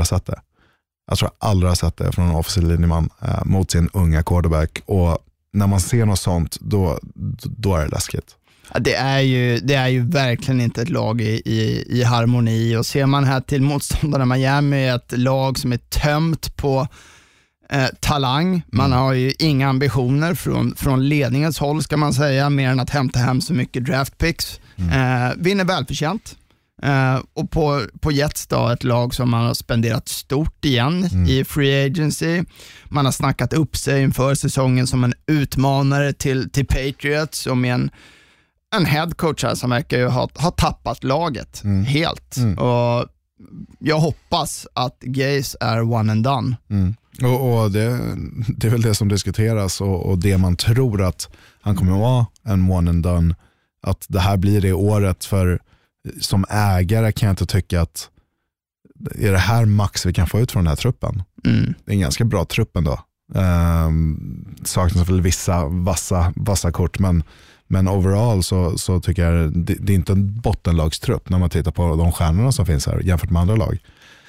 har sett det från en offensiv linjeman mot sin unga quarterback. Och när man ser något sånt, då är det läskigt. Ja, det är ju verkligen inte ett lag i harmoni. Och ser man här till motståndarna Miami, ett lag som är tömt på talang. Man har ju inga ambitioner från ledningens håll, ska man säga, mer än att hämta hem så mycket draft picks. Vinner välförtjänt. Och på Jets då, ett lag som man har spenderat stort igen i free agency. Man har snackat upp sig inför säsongen som en utmanare till Patriots, och med en headcoach här som verkar ju ha tappat laget helt. Och jag hoppas att Gase är one and done. Och det är väl det som diskuteras och det man tror att han kommer att vara en one and done, att det här blir det året. För som ägare kan jag inte tycka att är det här max vi kan få ut från den här truppen. Det är en ganska bra trupp ändå. Saknas väl vissa vassa kort, men overall så tycker jag det är inte en bottenlagstrupp när man tittar på de stjärnorna som finns här jämfört med andra lag.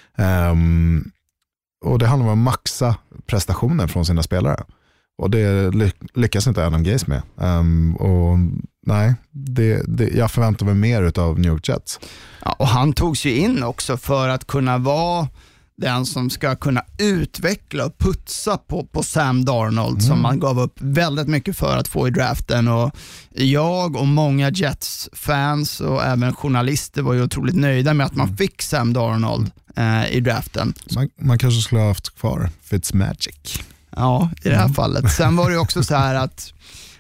Och det handlar om att maxa prestationen från sina spelare. Och det lyckas inte Adam Gase med. Och nej, jag förväntar mig mer av New York Jets. Ja, och han togs ju in också för att kunna vara den som ska kunna utveckla och putsa på Sam Darnold som man gav upp väldigt mycket för att få i draften. Och jag och många Jets-fans och även journalister var ju otroligt nöjda med att man fick Sam Darnold i draften. Man kanske skulle ha haft kvar Fitzmagic. Ja, i det här fallet. Sen var det också så här att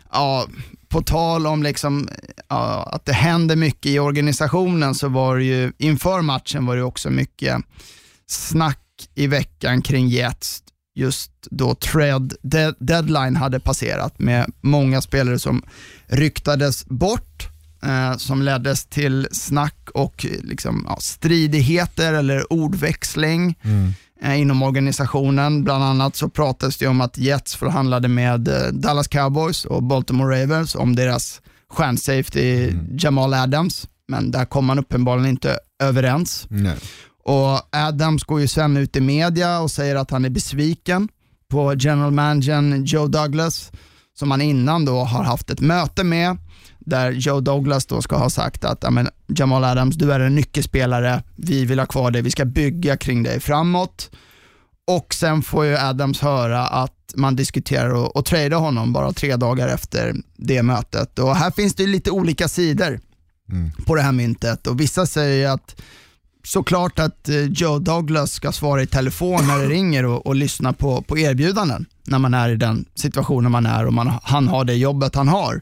på tal om liksom, att det händer mycket i organisationen, så var det ju inför matchen var det också mycket snack i veckan kring Jets just då deadline hade passerat, med många spelare som ryktades bort, som leddes till snack och liksom, stridigheter eller ordväxling inom organisationen. Bland annat så pratades det om att Jets förhandlade med Dallas Cowboys och Baltimore Ravens om deras stjärnsafety Jamal Adams, men där kom man uppenbarligen inte överens. Nej. Och Adams går ju sen ut i media och säger att han är besviken på general managern Joe Douglas, som han innan då har haft ett möte med, där Joe Douglas då ska ha sagt att Jamal Adams, du är en nyckelspelare, vi vill ha kvar dig, vi ska bygga kring dig framåt. Och sen får ju Adams höra att man diskuterar att trada honom bara 3 dagar efter det mötet. Och här finns det lite olika sidor på det här myntet, och vissa säger att såklart att Joe Douglas ska svara i telefon när det ringer och lyssna på erbjudanden när man är i den situationen man är och han har det jobbet han har.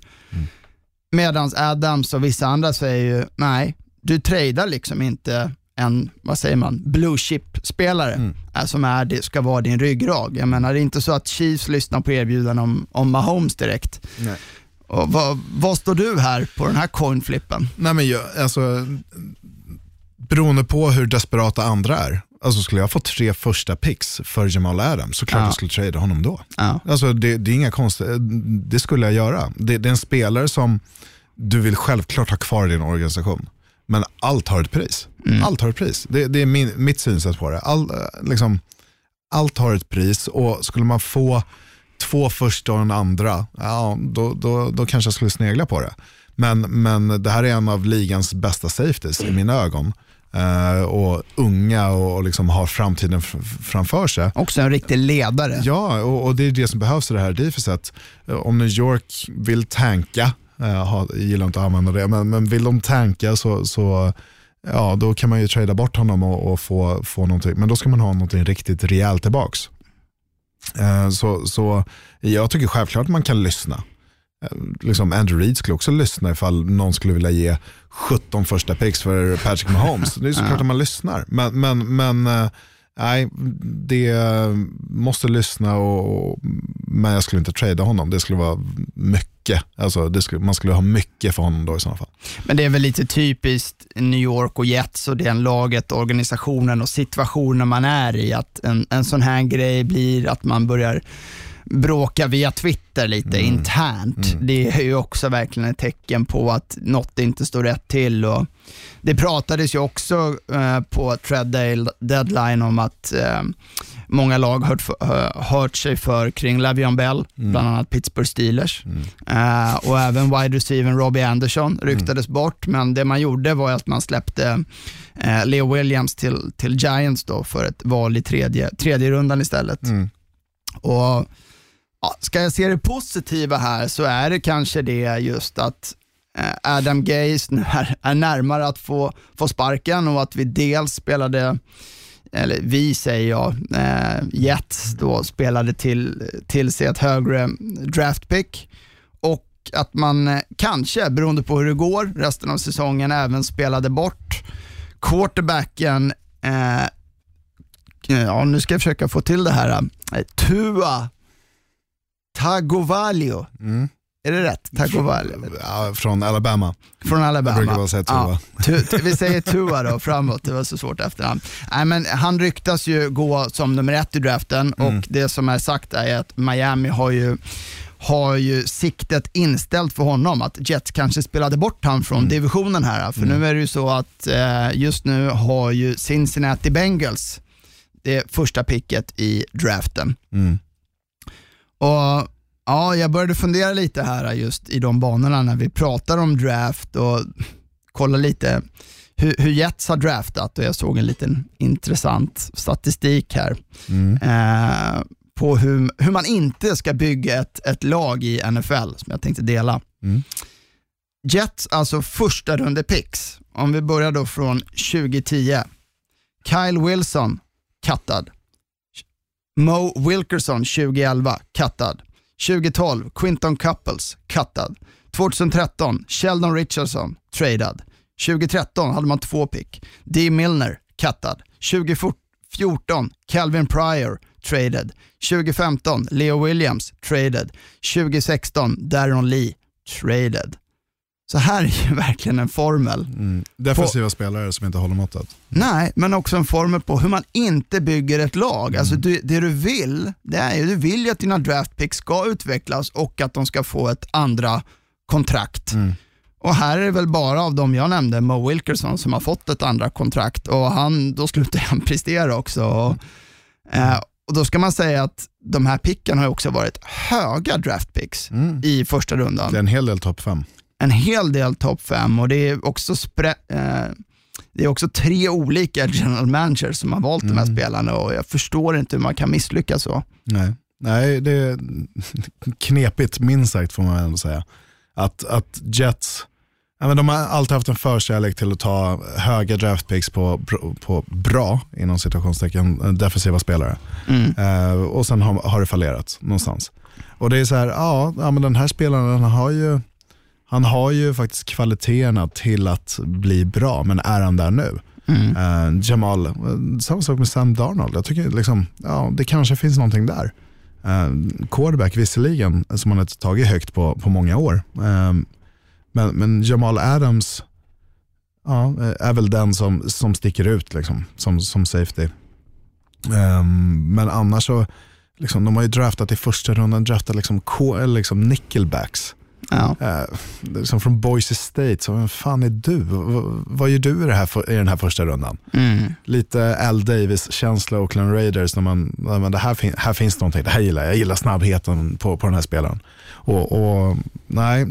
Medan Adams och vissa andra säger ju, nej, du tradar liksom inte en, vad säger man, blue chip-spelare som ska vara din ryggrad. Jag menar, det är inte så att Chiefs lyssnar på erbjudanden om Mahomes direkt. Nej. Och vad står du här på den här coinflippen? Nej, men beroende på hur desperata andra är. Alltså skulle jag få 3 första picks för Jamal Adams, så klart jag skulle trada honom då. Alltså det är inga konstigt, det skulle jag göra. Det är en spelare som du vill självklart ha kvar i din organisation. Men allt har ett pris. Allt har ett pris. Det är mitt synsätt på det. Allt har ett pris, och skulle man få 2 första och en andra, då kanske jag skulle snegla på det. Men det här är en av ligans bästa safeties i mina ögon. Och unga och liksom har framtiden framför sig. Också en riktig ledare. Ja, och det är det som behövs i det här defenset. Om New York vill tanka, jag gillar inte att använda det, men vill de tanka så då kan man ju trada bort honom och få någonting. Men då ska man ha någonting riktigt rejält tillbaks. Så jag tycker självklart att man kan lyssna. Liksom Andrew Reid skulle också lyssna ifall någon skulle vilja ge 17 första picks för Patrick Mahomes. Det är såklart att man lyssnar. Men nej, det måste lyssna, men jag skulle inte trada honom. Det skulle vara mycket. Alltså man skulle ha mycket för honom då i sådana fall. Men det är väl lite typiskt New York och Jets och den laget, organisationen och situationen man är i, att en sån här grej blir att man börjar bråka via Twitter lite internt. Det är ju också verkligen ett tecken på att något inte står rätt till. Och det pratades ju också på trade deadline om att många lag hört sig för kring Le'Veon Bell, bland annat Pittsburgh Steelers. Och även wide receiver Robbie Anderson ryktades bort, men det man gjorde var att man släppte Leo Williams till Giants då för ett val i tredje rundan istället. Och ska jag se det positiva här, så är det kanske det just att Adam Gase nu är närmare att få sparken, och att vi dels spelade, eller vi säger jag, Jets då spelade till sig ett högre draftpick, och att man kanske, beroende på hur det går resten av säsongen, även spelade bort quarterbacken nu ska jag försöka få till det här. Tua Tagovailoa. Är det rätt? Tagovailoa. Ja, från Alabama. Från Alabama. Jag brukar bara säga Tua. Ja, vi säger Tua då framåt, det var så svårt efterhand. Nej, men han ryktas ju gå som nummer 1 i draften och det som är sagt är att Miami har ju siktet inställt för honom, att Jets kanske spelade bort han från divisionen här, för nu är det ju så att just nu har ju Cincinnati Bengals det första picket i draften. Och ja, jag började fundera lite här just i de banorna när vi pratar om draft och kolla lite hur Jets har draftat, och jag såg en liten intressant statistik här på hur man inte ska bygga ett lag i NFL som jag tänkte dela. Jets, alltså första runde picks. Om vi börjar då från 2010. Kyle Wilson, cuttad. Mo Wilkerson 2011, cuttad. 2012, Quinton Couples, cuttad. 2013, Sheldon Richardson, traded. 2013 hade man 2 pick. D. Milner, cuttad. 2014, Calvin Pryor, traded. 2015, Leo Williams, traded. 2016, Darron Lee, traded. Så här är ju verkligen en formel. Defensiva spelare som inte håller måttet. Nej, men också en formel på hur man inte bygger ett lag. Alltså det du vill, det är ju, du vill ju att dina draftpicks ska utvecklas och att de ska få ett andra kontrakt. Och här är det väl bara av dem jag nämnde, Mo Wilkerson, som har fått ett andra kontrakt, och då slutar han prestera också. Och då ska man säga att de här picken har också varit höga draftpicks i första rundan. Det är en hel del topp 5. En hel del topp 5, och det är också det är också 3 olika general managers som har valt de här spelarna, och jag förstår inte hur man kan misslyckas så. Nej, det är knepigt minst sagt, får man ändå säga. Att Jets, de har alltid haft en förkärlek till att ta höga draftpicks på bra, inom situationstecken, defensiva spelare. Och sen har det fallerat någonstans. Och det är så här, men den här spelaren han har ju faktiskt kvaliteterna till att bli bra, men är han där nu? Jamal, samma sak med Sam Darnold. Jag tycker liksom, det kanske finns någonting där. Quarterback visserligen, som han har tagit högt på många år. Men Jamal Adams är väl den som sticker ut liksom, som safety. Men annars så liksom, de har ju draftat i första rundan, liksom nickelbacks. Som från Boise State, så vem fan är du? Vad gör du i den här första rundan? Lite Al Davis-känsla och Oakland Raiders, när det här finns någonting, det här gillar jag gillar snabbheten på den här spelaren. Och nej,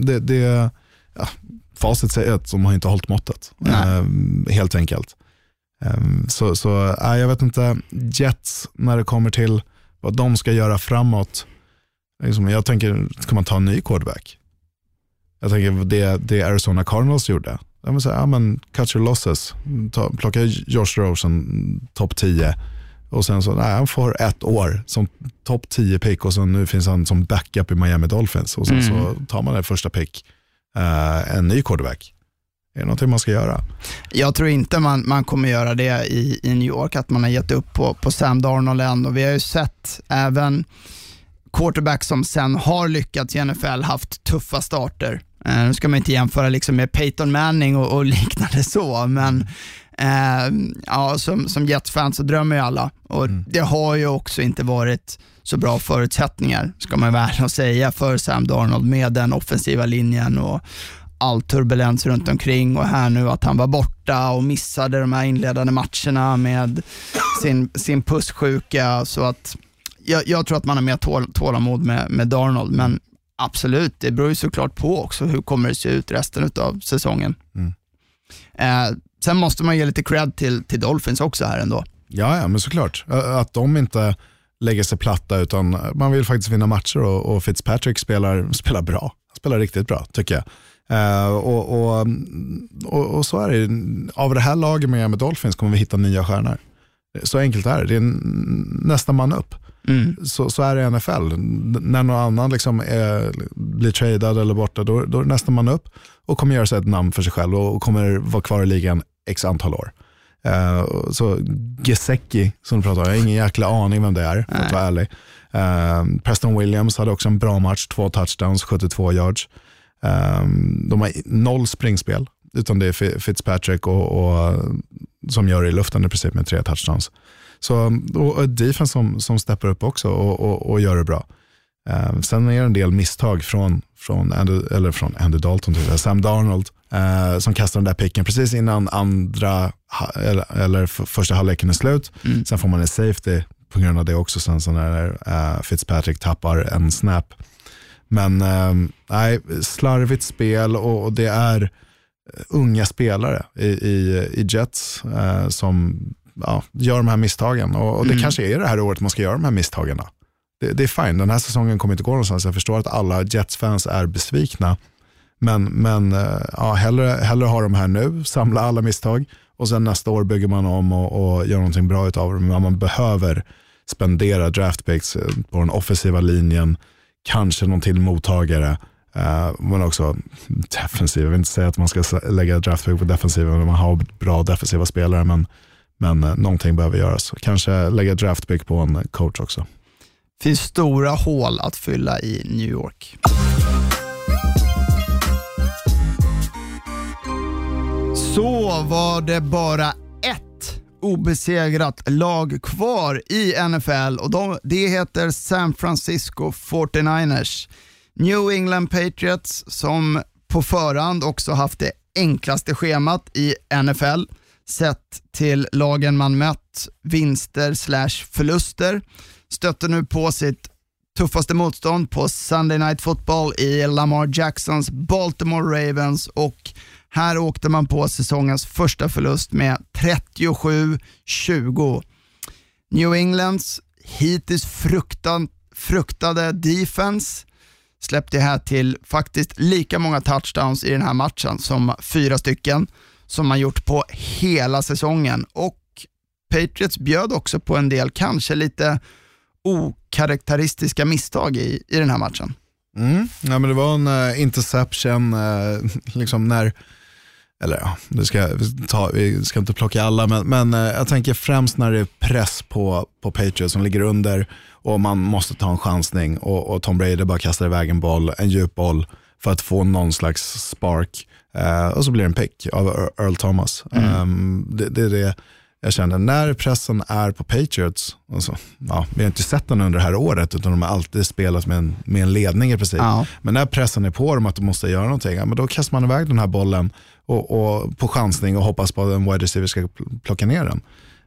facit säger att de har inte hållit måttet, helt enkelt. Så jag vet inte, Jets, när det kommer till vad de ska göra framåt, liksom, jag tänker, ska man ta en ny quarterback? Jag tänker det Arizona Cardinals gjorde. De säger, cut your losses. Plocka Josh Rosen topp 10. Och sen så, han får 1 år som topp 10 pick, och sen nu finns han som backup i Miami Dolphins. Och sen så tar man det första pick, en ny quarterback. Är det någonting man ska göra? Jag tror inte man kommer göra det i New York, att man har gett upp på Sam Darnold än. Och vi har ju sett även quarterback som sen har lyckats i NFL haft tuffa starter. Nu ska man inte jämföra liksom med Peyton Manning och liknande så, men som Jets-fans så drömmer ju alla, och det har ju också inte varit så bra förutsättningar, ska man väl säga, för Sam Darnold med den offensiva linjen och all turbulens runt omkring, och här nu att han var borta och missade de här inledande matcherna med sin pusssjuka, så att jag tror att man har mer tålamod med Darnold, men absolut, det beror ju såklart på också hur kommer det se ut resten av säsongen. Sen måste man ge lite cred till Dolphins också här ändå. Ja, men såklart. Att de inte lägger sig platta, utan man vill faktiskt vinna matcher, och Fitzpatrick spelar bra. Spelar riktigt bra, tycker jag. Och så är det. Av det här laget med Dolphins kommer vi hitta nya stjärnor. Så enkelt är det. Det är nästa man upp. Så är det i NFL. När någon annan liksom blir tradad eller borta, då är det nästa man upp och kommer göra sig ett namn för sig själv och kommer vara kvar i ligan x antal år. Så Gesicki som du pratar om, jag har ingen jäkla aning vem det är, för att vara ärlig. Preston Williams hade också en bra match, 2 touchdowns, 72 yards. De har 0 springspel, utan det är Fitzpatrick och som gör det i luften i princip med 3 touchdowns. Så, och defense som steppar upp också och gör det bra. Sen är det en del misstag från Andy Dalton till Sam Darnold som kastar den där picken precis innan första halvleken är slut. Sen får man en safety på grund av det också, sen så när Fitzpatrick tappar en snap. Men slarvigt spel och det är unga spelare i Jets som gör de här misstagen och det kanske är det här året man ska göra de här misstagen. Det är fine, den här säsongen kommer inte gå någonstans. Jag förstår att alla Jets-fans är besvikna, men hellre ha de här nu, samla alla misstag och sen nästa år bygger man om och gör någonting bra utav det. Men man behöver spendera draftpicks på den offensiva linjen, kanske någon till mottagare, men också defensiv. Jag vill inte säga att man ska lägga draftpick på defensiven när man har bra defensiva spelare, men någonting behöver göras. Kanske lägga draftpick på en coach också. Finns stora hål att fylla i New York. Så var det bara ett obesegrat lag kvar i NFL och det heter San Francisco 49ers. New England Patriots som på förhand också haft det enklaste schemat i NFL sett till lagen man mött, vinster/förluster, stötte nu på sitt tuffaste motstånd på Sunday Night Football i Lamar Jacksons Baltimore Ravens, och här åkte man på säsongens första förlust med 37-20. New Englands hittills fruktade defense släppte här till faktiskt lika många touchdowns i den här matchen som 4 stycken som man gjort på hela säsongen, och Patriots bjöd också på en del kanske lite okaraktäristiska misstag i den här matchen. Ja, men det var en interception liksom när, eller ja, vi ska inte plocka alla, men jag tänker främst när det är press på Patriots som ligger under och man måste ta en chansning och Tom Brady bara kastar iväg en djup boll för att få någon slags spark, och så blir det en pick av Earl Thomas. Det är det jag känner när pressen är på Patriots. Alltså, vi har inte sett den under det här året, utan de har alltid spelat med en ledning i princip. Men när pressen är på dem att de måste göra någonting, men då kastar man iväg den här bollen och på chansning och hoppas på att en wide receiver ska plocka ner den.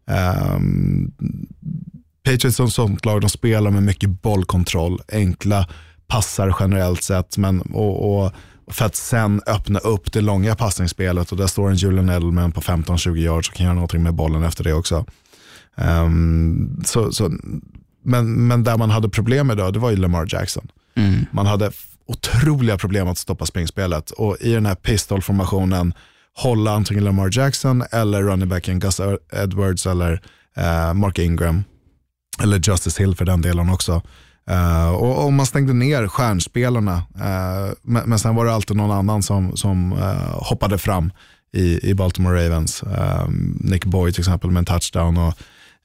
Patriots som sånt lag, de spelar med mycket bollkontroll, enkla passar generellt sett, men och för att sen öppna upp det långa passningsspelet, och där står en Julian Edelman på 15-20 yards och kan göra någonting med bollen efter det också. Men där man hade problem med det var ju Lamar Jackson. Man hade otroliga problem att stoppa springspelet, och i den här pistolformationen hålla antingen Lamar Jackson eller running backen Gus Edwards eller Mark Ingram eller Justice Hill för den delen också. Och man stängde ner stjärnspelarna, men sen var det alltid någon annan som hoppade fram i Baltimore Ravens. Nick Boyd till exempel med en touchdown, och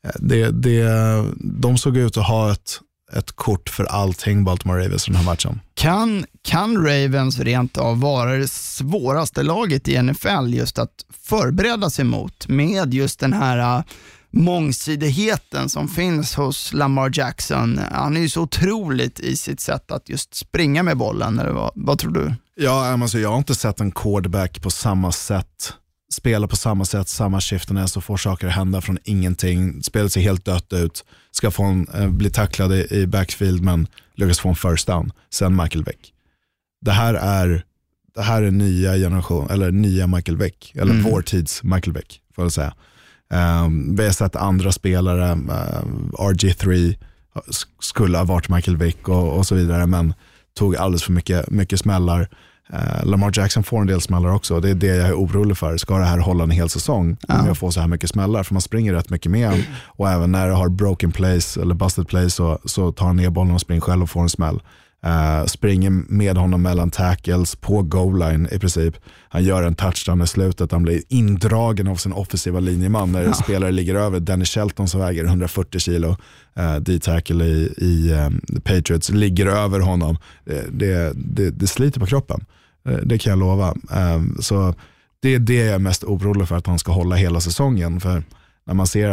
de såg ut att ha ett kort för allting, Baltimore Ravens, i den här matchen. Kan Ravens rent av vara det svåraste laget i NFL just att förbereda sig mot, med just den här mångsidigheten som finns hos Lamar Jackson? Han är ju så otroligt i sitt sätt att just springa med bollen, eller vad tror du? Ja, alltså jag har inte sett en quarterback på samma sätt, spela på samma sätt, samma skiften, så får saker att hända från ingenting. Spelet ser helt dött ut, ska få bli tacklad i backfield men lyckas få en first down. Sen Michael Vick. Det här är nya generation, eller nya Michael Vick, eller vår tids Michael Vick, får jag säga. Vi har sett andra spelare, RG3 skulle ha varit Michael Vick och så vidare, men tog alldeles för mycket smällar. Lamar Jackson får en del smällar också. Det är det jag är orolig för. Ska det här hålla en hel säsong om jag får så här mycket smällar? För man springer rätt mycket med han. Och även när det har broken plays eller busted plays så tar han ner bollen och springer själv och får en smäll. Springer med honom mellan tackles på goal line i princip. Han gör en touchdown i slutet. Han blir indragen av sin offensiva linjeman när spelare ligger över. Danny Shelton som väger 140 kilo, D-tackle i Patriots, ligger över honom. Det sliter på kroppen. Det kan jag lova. Så det är det jag är mest orolig för, att han ska hålla hela säsongen. För när man ser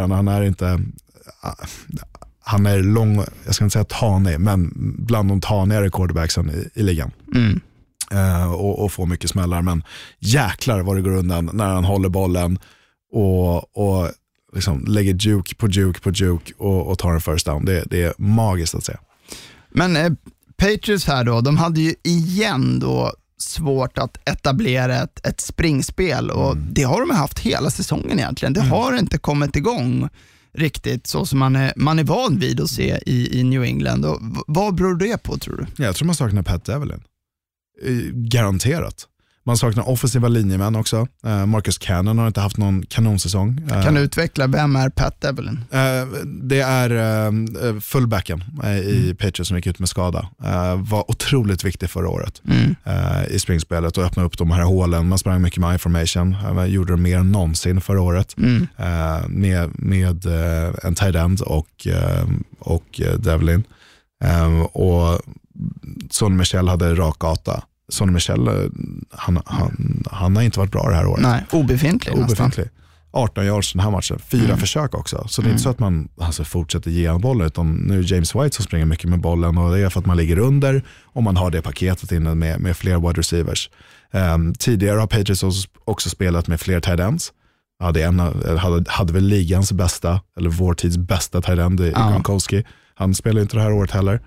han är lång, jag ska inte säga tanig, men bland de tanigare quarterbacksen i ligan. Och får mycket smällar, men jäklar vad det går undan när han håller bollen och liksom lägger juke på juke och tar en first down. Det är magiskt att se. Men Patriots här då, de hade ju igen då svårt att etablera ett springspel, och det har de haft hela säsongen egentligen. Det har inte kommit igång riktigt så som man är van vid att se i New England. Och vad beror det på, tror du? Jag tror man saknar Pat Evelyn. Garanterat. Man saknar offensiva linjemän också. Marcus Cannon har inte haft någon kanonsäsong. Kan du utveckla, vem är Pat Evelyn? Det är fullbacken i Patriots som gick ut med skada. Var otroligt viktig förra året i springspelet och öppnade upp de här hålen. Man sprang mycket med information. Gjorde det mer än någonsin förra året. Med en tight end och Devlin. Och Sonny Michel hade rak gata. Sonny Michel, han har inte varit bra det här året. Nej, obefintlig. 18 yards den här matchen, 4 försök också. Så det är inte så att man fortsätter ge en bollen, utan nu är James White som springer mycket med bollen, och det är för att man ligger under och man har det paketet inne med fler wide receivers. Tidigare har Patriots också spelat med fler tight ends. Hade väl ligans bästa, eller vår tids bästa tight end i Gronkowski. Han spelar inte det här året heller.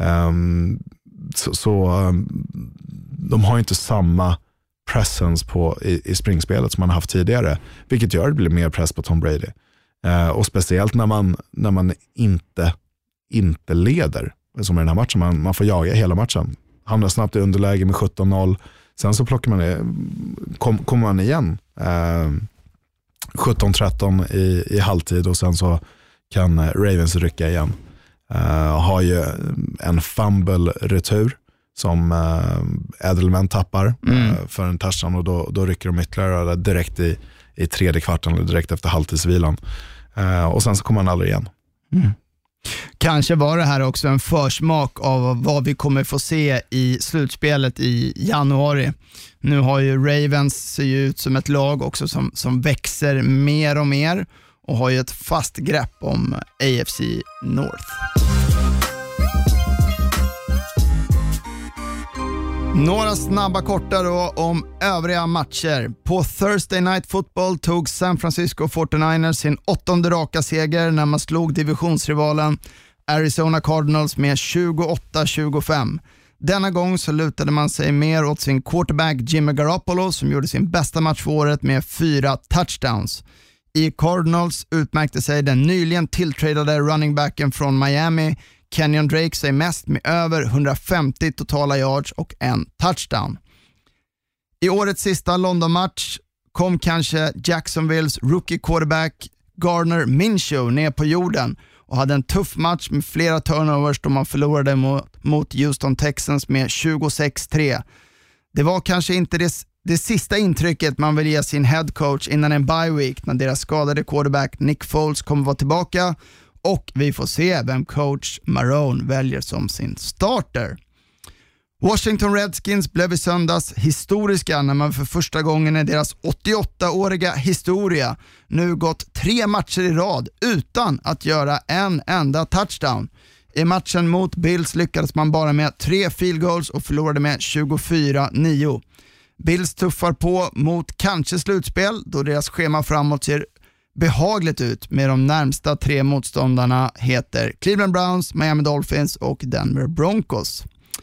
Så de har inte samma presence i springspelet som man har haft tidigare, vilket gör att det blir mer press på Tom Brady. Och speciellt när man inte leder, som i den här matchen, man får jaga hela matchen. Hamnar snabbt i underläge med 17-0, sen så kommer man igen 17-13 i halvtid, och sen så kan Ravens rycka igen. Har ju en fumble-retur som Edelman tappar för en touchdown, och då rycker de ytterligare direkt i tredje kvarten, eller direkt efter halvtidsvilan. Och sen så kommer han aldrig igen. Kanske var det här också en försmak av vad vi kommer få se i slutspelet i januari. Nu har ju Ravens ser ju ut som ett lag också som växer mer och mer och har ju ett fast grepp om AFC North. Några snabba korta då om övriga matcher. På Thursday Night Football tog San Francisco 49ers sin 8:e raka seger när man slog divisionsrivalen Arizona Cardinals med 28-25. Denna gång så lutade man sig mer åt sin quarterback Jimmy Garoppolo, som gjorde sin bästa match för året med 4 touchdowns. I Cardinals utmärkte sig den nyligen tilltradade running backen från Miami Kenyon Drake sig mest med över 150 totala yards och en touchdown. I årets sista London-match kom kanske Jacksonvilles rookie quarterback Gardner Minshew ner på jorden och hade en tuff match med flera turnovers då man förlorade mot Houston Texans med 26-3. Det var kanske inte det sista intrycket man vill ge sin head coach innan en bye week, när deras skadade quarterback Nick Foles kommer vara tillbaka, och vi får se vem coach Marrone väljer som sin starter. Washington Redskins blev i söndags historiska när man för första gången i deras 88-åriga historia nu gått 3 matcher i rad utan att göra en enda touchdown. I matchen mot Bills lyckades man bara med 3 field goals och förlorade med 24-9. Bills tuffar på mot kanske slutspel, då deras schema framåt ser behagligt ut med de närmsta 3 motståndarna heter Cleveland Browns, Miami Dolphins och Denver Broncos.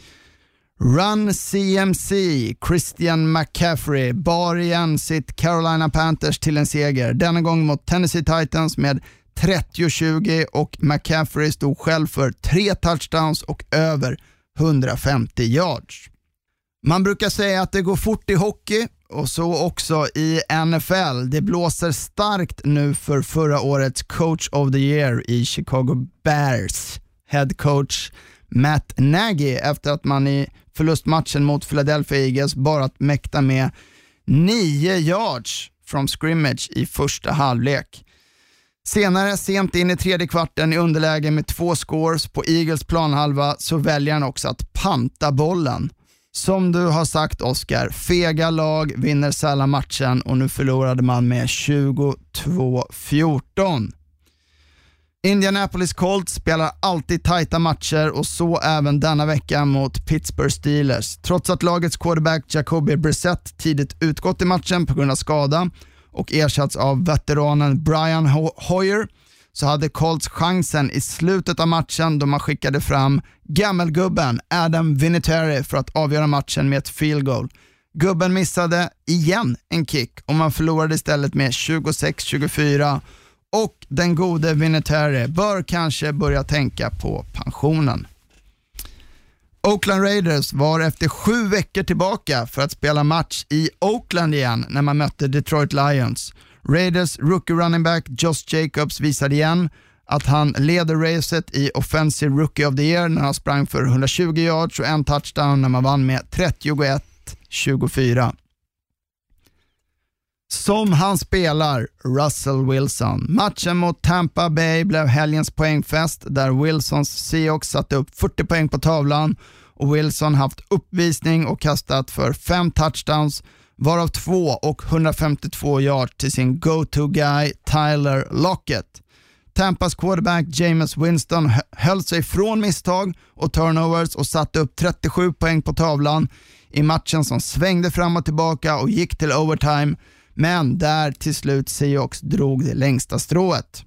Run CMC, Christian McCaffrey bar igen sitt Carolina Panthers till en seger, denna gång mot Tennessee Titans med 30-20, och McCaffrey stod själv för 3 touchdowns och över 150 yards. Man brukar säga att det går fort i hockey, och så också i NFL. Det blåser starkt nu för förra årets Coach of the Year i Chicago Bears. Head coach Matt Nagy efter att man i förlustmatchen mot Philadelphia Eagles bara att mäkta med 9 yards från scrimmage i första halvlek. Senare, sent in i tredje kvarten i underläge med 2 scores på Eagles planhalva, så väljer han också att panta bollen. Som du har sagt, Oscar, fega lag vinner sällan matchen och nu förlorade man med 22-14. Indianapolis Colts spelar alltid tajta matcher och så även denna vecka mot Pittsburgh Steelers. Trots att lagets quarterback Jacoby Brissett tidigt utgått i matchen på grund av skada och ersatts av veteranen Brian Hoyer, så hade Colts chansen i slutet av matchen då man skickade fram gammelgubben Adam Vinatieri för att avgöra matchen med ett field goal. Gubben missade igen en kick och man förlorade istället med 26-24, och den gode Vinatieri bör kanske börja tänka på pensionen. Oakland Raiders var efter 7 veckor tillbaka för att spela match i Oakland igen när man mötte Detroit Lions. Raiders rookie running back Josh Jacobs visade igen att han leder racet i Offensive Rookie of the Year när han sprang för 120 yards och en touchdown när man vann med 31-24. Som han spelar, Russell Wilson. Matchen mot Tampa Bay blev helgens poängfest där Wilsons Seahawks satte upp 40 poäng på tavlan och Wilson haft uppvisning och kastat för 5 touchdowns, varav 2 och 152 yards till sin go-to-guy Tyler Lockett. Tampas quarterback Jameis Winston höll sig från misstag och turnovers och satte upp 37 poäng på tavlan i matchen som svängde fram och tillbaka och gick till overtime, men där till slut Seahawks drog det längsta strået.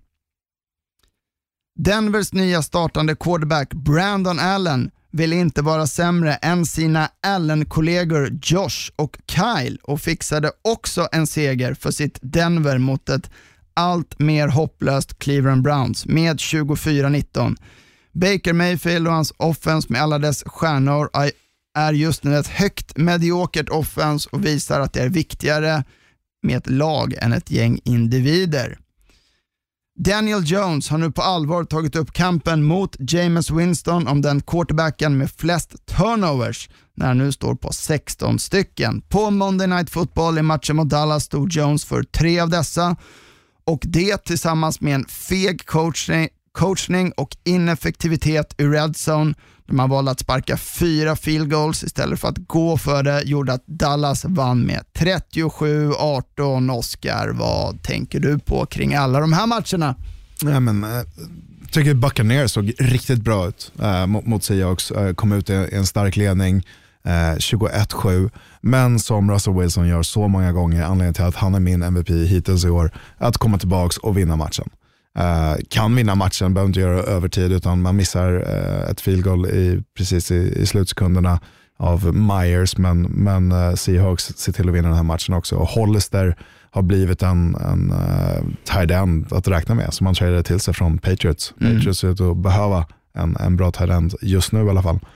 Denvers nya startande quarterback Brandon Allen vill inte vara sämre än sina Allen-kollegor Josh och Kyle och fixade också en seger för sitt Denver mot ett allt mer hopplöst Cleveland Browns med 24-19. Baker Mayfield och hans offense med alla dess stjärnor är just nu ett högt mediokert offense och visar att det är viktigare med ett lag än ett gäng individer. Daniel Jones har nu på allvar tagit upp kampen mot Jameis Winston om den quarterbacken med flest turnovers när han nu står på 16 stycken. På Monday Night Football i matchen mot Dallas stod Jones för 3 av dessa, och det tillsammans med en feg coachning och ineffektivitet i red zone där man valde att sparka 4 field goals istället för att gå för det gjorde att Dallas vann med 37-18. Oscar, vad tänker du på kring alla de här matcherna? Jag tycker Buccaneers såg riktigt bra ut mot Seahawks, kom ut i en stark ledning 21-7, men som Russell Wilson gör så många gånger, anledningen till att han är min MVP hittills i år, att komma tillbaks och vinna matchen. Kan vinna matchen, behöver inte göra övertid, utan man missar ett field goal precis i slutsekunderna av Myers, men Seahawks ser till att vinna den här matchen också, och Hollister har blivit en tight end att räkna med, som man tradade till sig från Patriots. Patriots ser ut att behöva en bra tight end just nu i alla fall.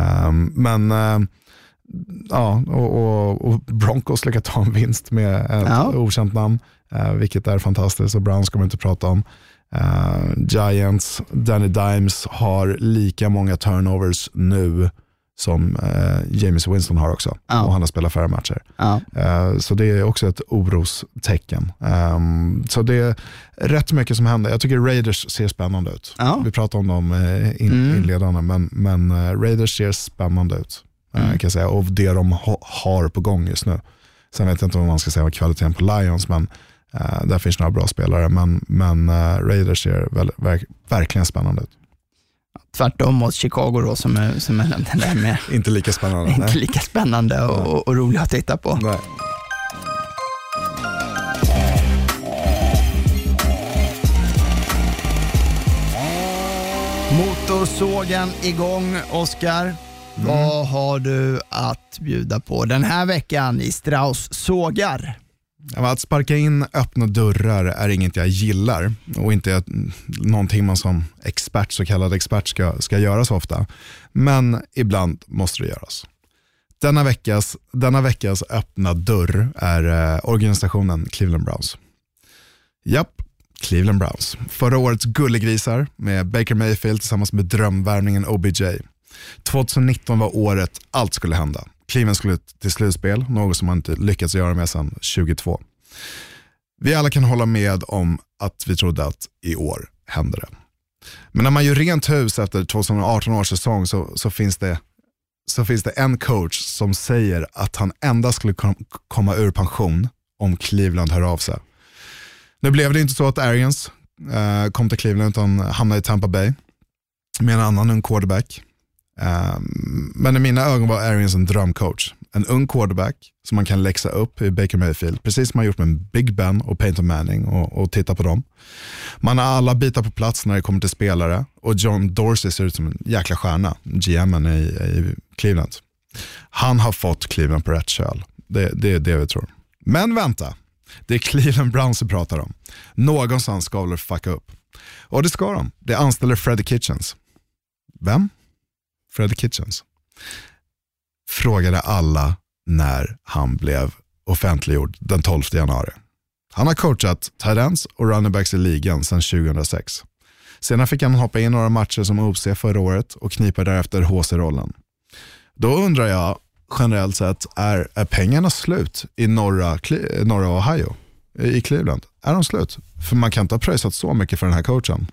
Och Broncos lyckas ta en vinst med ett okänt namn, vilket är fantastiskt, och Browns ska man inte prata om. Giants, Danny Dimes har lika många turnovers nu som Jameis Winston har också, och han har spelat färre matcher. Så det är också ett orostecken. Så det är rätt mycket som händer. Jag tycker Raiders ser spännande ut. Vi pratar om dem inledande, men Raiders ser spännande ut, kan jag säga, och det de har på gång just nu. Sen vet jag inte om man ska säga kvaliteten på Lions, men där finns några bra spelare, men Raiders ser verkligen spännande ut. Tvärtom mot Chicago då, som är den där med inte lika spännande. Inte lika spännande och rolig att titta på. Nej. Motorsågen igång, Oscar. Vad har du att bjuda på den här veckan i Strauss sågar? Att sparka in öppna dörrar är inget jag gillar, och inte någonting man som expert, så kallad expert, ska göra så ofta. Men ibland måste det göras. Denna veckas öppna dörr är organisationen Cleveland Browns. Japp, Cleveland Browns. Förra årets gullegrisar med Baker Mayfield tillsammans med drömvärvningen OBJ. 2019 var året allt skulle hända. Cleveland skulle till slutspel, något som man inte lyckats göra med sedan 2022. Vi alla kan hålla med om att vi trodde att i år hände det. Men när man gör rent hus efter 2018 års säsong så finns det en coach som säger att han endast skulle komma ur pension om Cleveland hör av sig. Nu blev det inte så att Arians kom till Cleveland utan hamnade i Tampa Bay med en annan ung quarterback. Men i mina ögon var Arians en drömcoach. En ung quarterback som man kan läxa upp i Baker Mayfield, precis som man gjort med Big Ben och Peyton Manning och titta på dem. Man har alla bitar på plats när det kommer till spelare och John Dorsey ser ut som en jäkla stjärna, GM:en i Cleveland. Han har fått Cleveland på rätt köl. Det är det vi tror. Men vänta, det är Cleveland Browns vi pratar om. Någonstans ska väl fucka upp. Och det ska de. Det anställer Freddie Kitchens. Vem? Freddie Kitchens. Frågade alla när han blev offentliggjord den 12 januari. Han har coachat tight ends och running backs i ligan sedan 2006. Senare fick han hoppa in några matcher som OC förra året och knipa därefter HC-rollen. Då undrar jag generellt sett, är pengarna slut i norra Ohio, i Cleveland? Är de slut? För man kan inte ha pröjsat så mycket för den här coachen.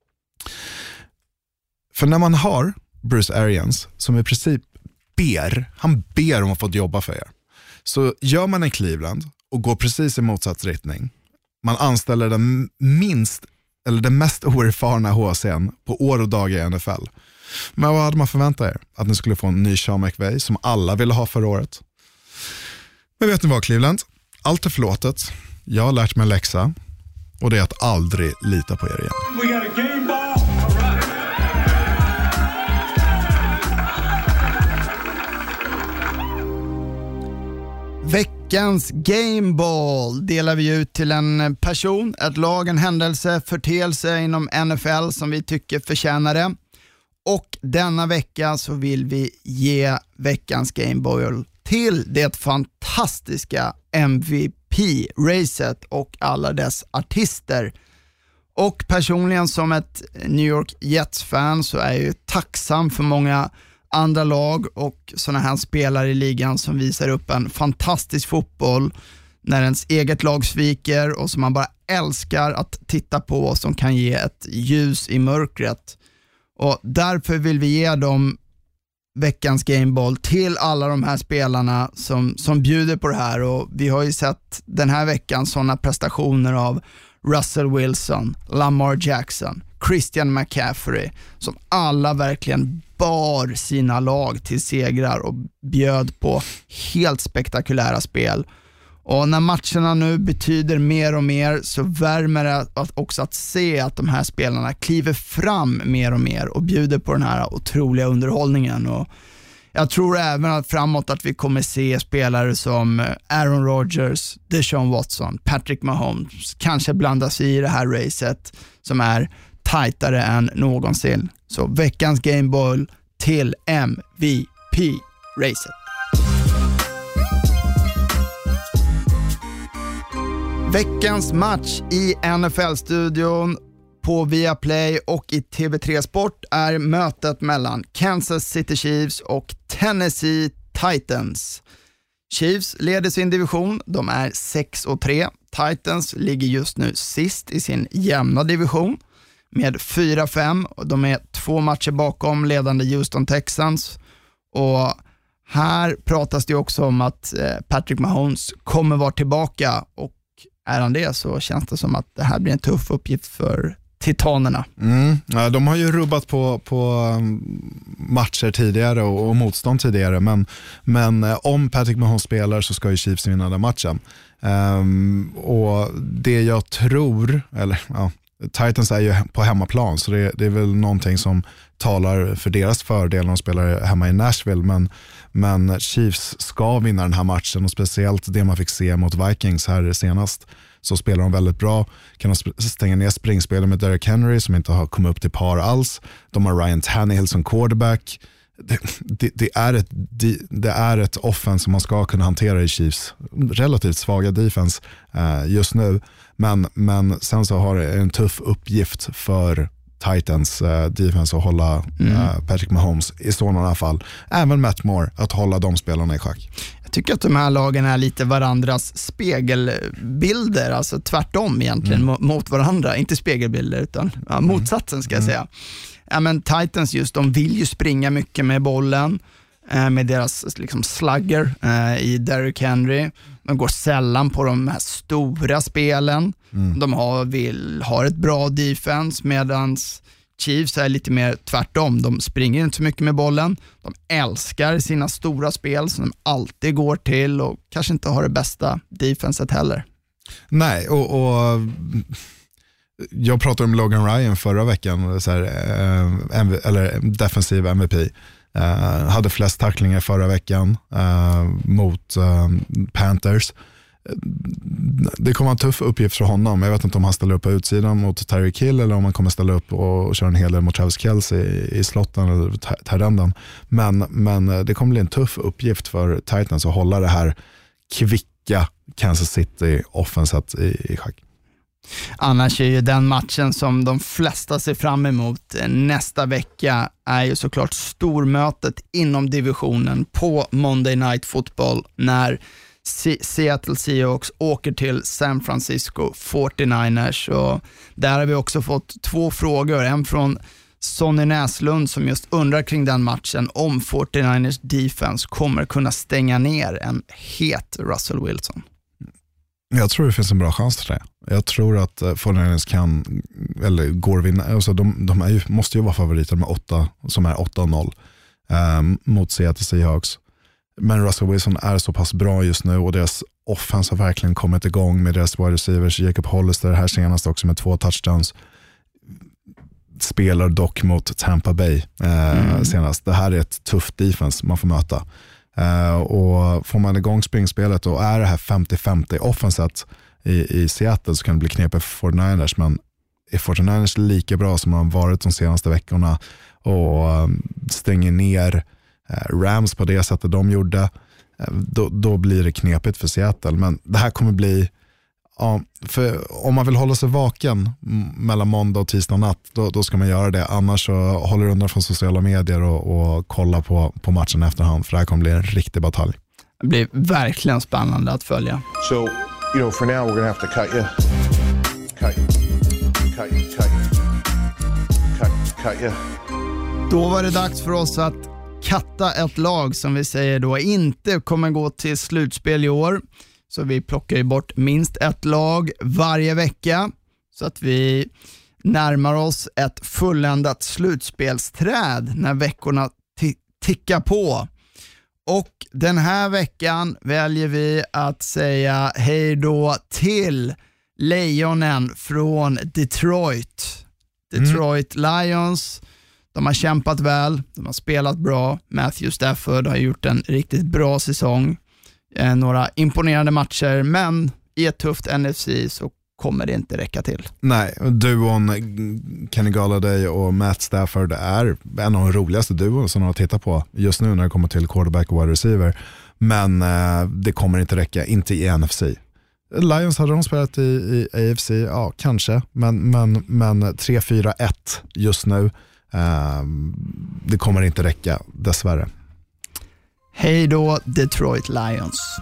För när man har Bruce Arians som i princip ber om att få jobba för er, så gör man en Cleveland och går precis i motsatt riktning. Man anställer den mest oerfarna HC:n på år och dag i NFL. Men vad hade man förväntat er? Att ni skulle få en ny Sean McVay som alla ville ha förra året. Men vet ni vad, Cleveland? Allt är förlåtet. Jag har lärt mig en läxa och det är att aldrig lita på er igen. We got a game ball. Veckans Gameball delar vi ut till en person, ett lag, en händelse, förteelse inom NFL som vi tycker förtjänar det. Och denna vecka så vill vi ge veckans Gameball till det fantastiska MVP-racet och alla dess artister. Och personligen som ett New York Jets-fan så är jag ju tacksam för många andra lag och såna här spelare i ligan som visar upp en fantastisk fotboll när ens eget lag sviker och som man bara älskar att titta på och som kan ge ett ljus i mörkret. Och därför vill vi ge dem veckans Gameball till alla de här spelarna som bjuder på det här. Och vi har ju sett den här veckan sådana prestationer av Russell Wilson, Lamar Jackson, Christian McCaffrey som alla verkligen bar sina lag till segrar och bjöd på helt spektakulära spel. Och när matcherna nu betyder mer och mer så värmer det också att se att de här spelarna kliver fram mer och mer och bjuder på den här otroliga underhållningen. Och jag tror även att framåt att vi kommer se spelare som Aaron Rodgers, Deshaun Watson, Patrick Mahomes kanske blandas i det här racet som är tajtare än någonsin. Så veckans Gameball till MVP-racet. Veckans match i NFL-studion på Viaplay och i TV3 Sport är mötet mellan Kansas City Chiefs och Tennessee Titans. Chiefs leder sin division, de är 6-3. Titans ligger just nu sist i sin jämna division med 4-5. De är 2 matcher bakom ledande Houston Texans. Och här pratas det också om att Patrick Mahomes kommer vara tillbaka, och är han det så känns det som att det här blir en tuff uppgift för titanerna. Ja, de har ju rubbat på matcher tidigare och motstånd tidigare, men om Patrick Mahomes spelar så ska ju Chiefs vinna den matchen. Och det jag tror, eller ja, Titans är ju på hemmaplan, så det är väl någonting som talar för deras fördel när de spelar hemma i Nashville, men Chiefs ska vinna den här matchen, och speciellt det man fick se mot Vikings här senast, så spelar de väldigt bra. Kan de stänga ner springspelet med Derrick Henry som inte har kommit upp till par alls. De har Ryan Tannehill som quarterback. Det är ett offense som man ska kunna hantera i Chiefs relativt svaga defense just nu, men sen så har det en tuff uppgift för Titans defense att hålla Patrick Mahomes i sådana fall. Även Matt Moore, att hålla de spelarna i schack. Jag tycker att de här lagen är lite varandras spegelbilder, alltså tvärtom egentligen mot varandra, inte spegelbilder utan motsatsen ska jag säga. Ja, men Titans just, de vill ju springa mycket med bollen med deras liksom slugger i Derrick Henry. De går sällan på de här stora spelen. De har ett bra defense, medans Chiefs är lite mer tvärtom. De springer inte så mycket med bollen. De älskar sina stora spel som de alltid går till och kanske inte har det bästa defenset heller. Nej, och jag pratade om Logan Ryan förra veckan, så här, eller defensiv MVP. Hade flest tacklingar förra veckan mot Panthers. Det kommer en tuff uppgift för honom. Jag vet inte om han ställer upp på utsidan mot Tyreek Hill eller om han kommer ställa upp och köra en hel del mot Travis Kelce i slotten eller Tyrenden. Men det kommer bli en tuff uppgift för Titans att hålla det här kvicka Kansas City offenset i schack. Annars är ju den matchen som de flesta ser fram emot nästa vecka är ju såklart stormötet inom divisionen på Monday Night Football när Seattle Seahawks åker till San Francisco 49ers. Och där har vi också fått 2 frågor. En från Sonny Näslund som just undrar kring den matchen om 49ers defense kommer kunna stänga ner en het Russell Wilson. Jag tror det finns en bra chans för det. Jag tror att 49ers kan, eller går vinna. Alltså de måste ju vara favoriter med 8, som är 8-0 mot Seattle Seahawks. Men Russell Wilson är så pass bra just nu och deras offense har verkligen kommit igång med deras wide receivers. Jacob Hollister här senast också med 2 touchdowns. Spelar dock mot Tampa Bay senast. Det här är ett tufft defense man får möta. Och får man igång springspelet och är det här 50-50 offenset i Seattle så kan det bli knepigt för 49ers, men är 49ers lika bra som de har varit de senaste veckorna och stänger ner Rams på det sättet de gjorde, då blir det knepigt för Seattle. Men det här kommer bli, ja, för om man vill hålla sig vaken mellan måndag och tisdag natt, då ska man göra det. Annars så håller du undan från sociala medier och kolla på matchen efterhand, för det här kommer bli en riktig batalj. Det blir verkligen spännande att följa. So, you know, for now we're gonna have to cut you. Cut you. Då var det dags för oss att katta ett lag som vi säger då inte kommer gå till slutspel i år. Så vi plockar ju bort minst ett lag varje vecka så att vi närmar oss ett fulländat slutspelsträd när veckorna tickar på. Och den här veckan väljer vi att säga hej då till Lejonen från Detroit. Detroit Lions. De har kämpat väl, de har spelat bra. Matthew Stafford har gjort en riktigt bra säsong. Några imponerande matcher, men i ett tufft NFC så kommer det inte räcka till. Nej, duon Kenny Galladay och Matt Stafford är en av de roligaste duon som de har tittat på just nu när det kommer till quarterback och wide receiver. Men det kommer inte räcka, inte i NFC. Lions hade de spelat i AFC, ja kanske, men 3-4-1 just nu. Det kommer inte räcka, dessvärre. Hej då Detroit Lions.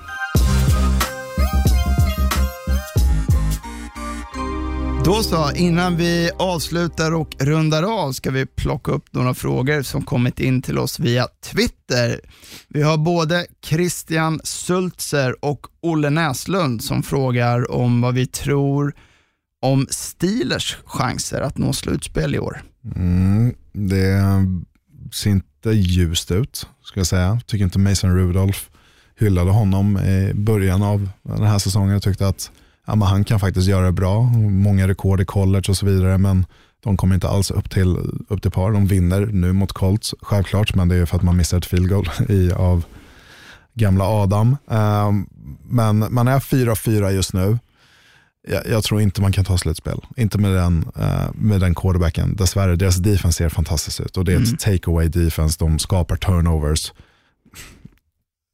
Då så, innan vi avslutar och rundar av ska vi plocka upp några frågor som kommit in till oss via Twitter. Vi har både Christian Sultzer och Olle Näslund som frågar om vad vi tror om Steelers chanser att nå slutspel i år. Det ser inte ljust ut, ska jag säga. Tycker inte Mason Rudolph hyllade honom i början av den här säsongen. Jag tyckte att men han kan faktiskt göra det bra. Många rekord i college och så vidare, men de kommer inte alls upp till par. De vinner nu mot Colts, självklart, men det är för att man missar ett field goal av gamla Adam. Men man är 4-4 just nu. Jag tror inte man kan ta slutspel. Inte med den quarterbacken. Dessvärre, deras defense ser fantastiskt ut. Och det är ett takeaway defense. De skapar turnovers.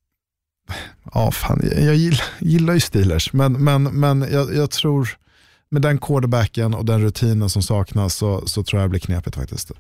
Ja, fan, jag gillar ju Steelers. Men jag tror med den quarterbacken och den rutinen som saknas så tror jag det blir knepigt faktiskt.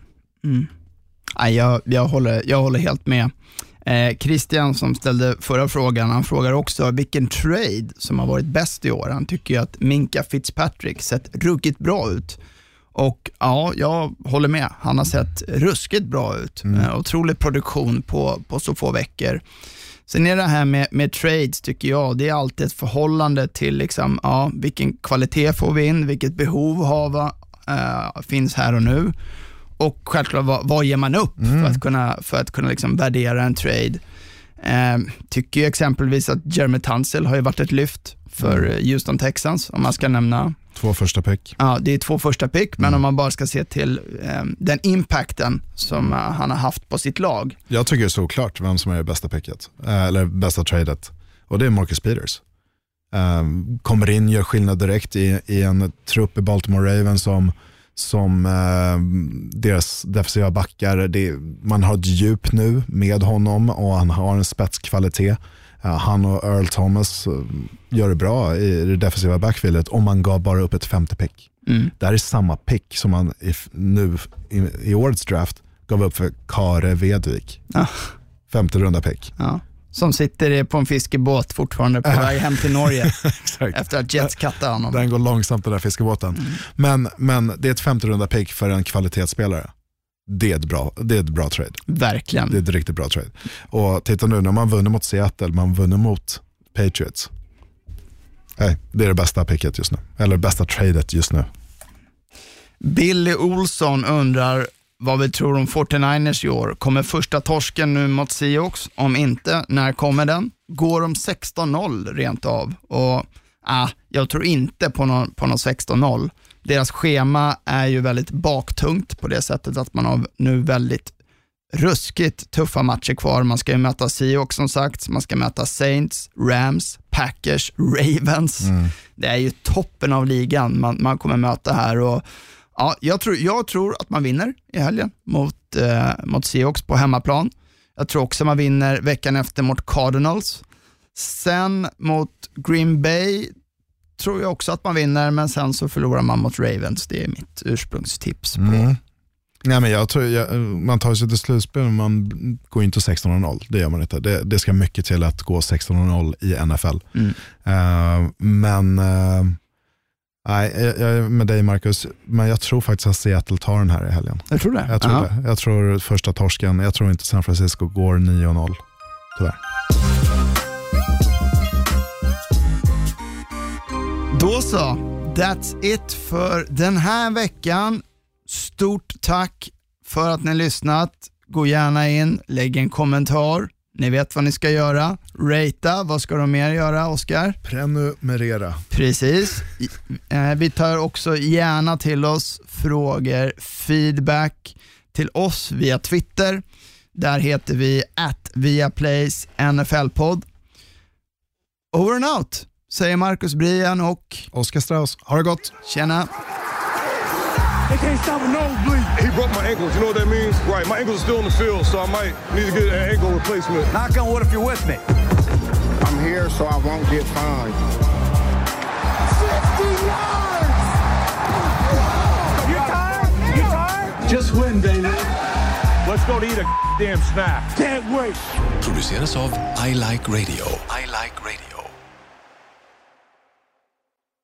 Jag håller helt med. Christian som ställde förra frågan, han frågar också vilken trade som har varit bäst i år. Han tycker ju att Minka Fitzpatrick sett ruggigt bra ut. Och ja, jag håller med. Han har sett ruskigt bra ut. Otrolig produktion på så få veckor. Sen är det här med trades, tycker jag, det är alltid ett förhållande till liksom, vilken kvalitet får vi in, vilket behov finns här och nu. Och självklart, vad ger man upp för att kunna liksom värdera en trade. Tycker ju exempelvis att Jeremy Tunsil har ju varit ett lyft för Houston Texans, om man ska nämna. 2 första pick. Ja, det är 2 första pick, men om man bara ska se till den impacten som han har haft på sitt lag. Jag tycker det är såklart vem som är det bästa picket, eller bästa tradet. Och det är Marcus Peters. Kommer in, gör skillnad direkt i en trupp i Baltimore Ravens som deras defensiva backar. Man har ett djup nu med honom och han har en spetskvalitet. Han och Earl Thomas gör det bra i det defensiva backfieldet om man gav bara upp ett 5:e pick. Det här är samma pick som man nu i årets draft gav upp för Kare Vedvik. 5:e runda pick. Ja. Som sitter på en fiskebåt fortfarande på väg hem till Norge efter att Jets kattade honom. Den går långsamt, den där fiskebåten. Men det är ett 5:e runda pick för en kvalitetsspelare. Det är ett bra trade. Verkligen. Det är ett riktigt bra trade. Och titta nu, när man vunnit mot Seattle, man vunnit mot Patriots. Det är det bästa picket just nu. Eller bästa tradet just nu. Billy Olsson undrar vad vi tror om 49ers i år. Kommer första torsken nu mot Seahawks? Om inte, när kommer den? Går de 16-0 rent av? Och jag tror inte på någon 16-0. Deras schema är ju väldigt baktungt på det sättet att man har nu väldigt ruskigt tuffa matcher kvar. Man ska ju möta Seahawks som sagt, man ska möta Saints, Rams, Packers, Ravens. Det är ju toppen av ligan man kommer möta här. Och ja, jag tror att man vinner i helgen mot Seahawks på hemmaplan. Jag tror också man vinner veckan efter mot Cardinals. Sen mot Green Bay tror jag också att man vinner, men sen så förlorar man mot Ravens. Det är mitt ursprungstips på. Nej, men jag tror man tar sig till slutspel, men man går inte 16-0. Det gör man inte. Det ska mycket till att gå 16-0 i NFL. Men nej, jag är med dig, Marcus, men jag tror faktiskt att Seattle tar den här i helgen. Jag tror det. Jag tror första torsken. Jag tror inte San Francisco går 9-0. Tyvärr. Då så, that's it för den här veckan. Stort tack för att ni har lyssnat. Gå gärna in, lägg en kommentar. Ni vet vad ni ska göra. Rata, vad ska de mer göra, Oskar? Prenumerera. Precis. Vi tar också gärna till oss frågor, feedback till oss via Twitter. Där heter vi @viaplays NFL-podd. Over and out, säger Marcus Brian och Oskar Strauss. Ha det gott. Tjena. They can't stop a nosebleed. He broke my ankles. You know what that means? Right. My ankles are still in the field, so I might need to get an ankle replacement. Knock on wood if you're with me. I'm here so I won't get fined. 60 yards! You tired? You tired? Just win, baby. Let's go to eat a damn snack. Can't wait. Produceras av I Like Radio. I Like Radio.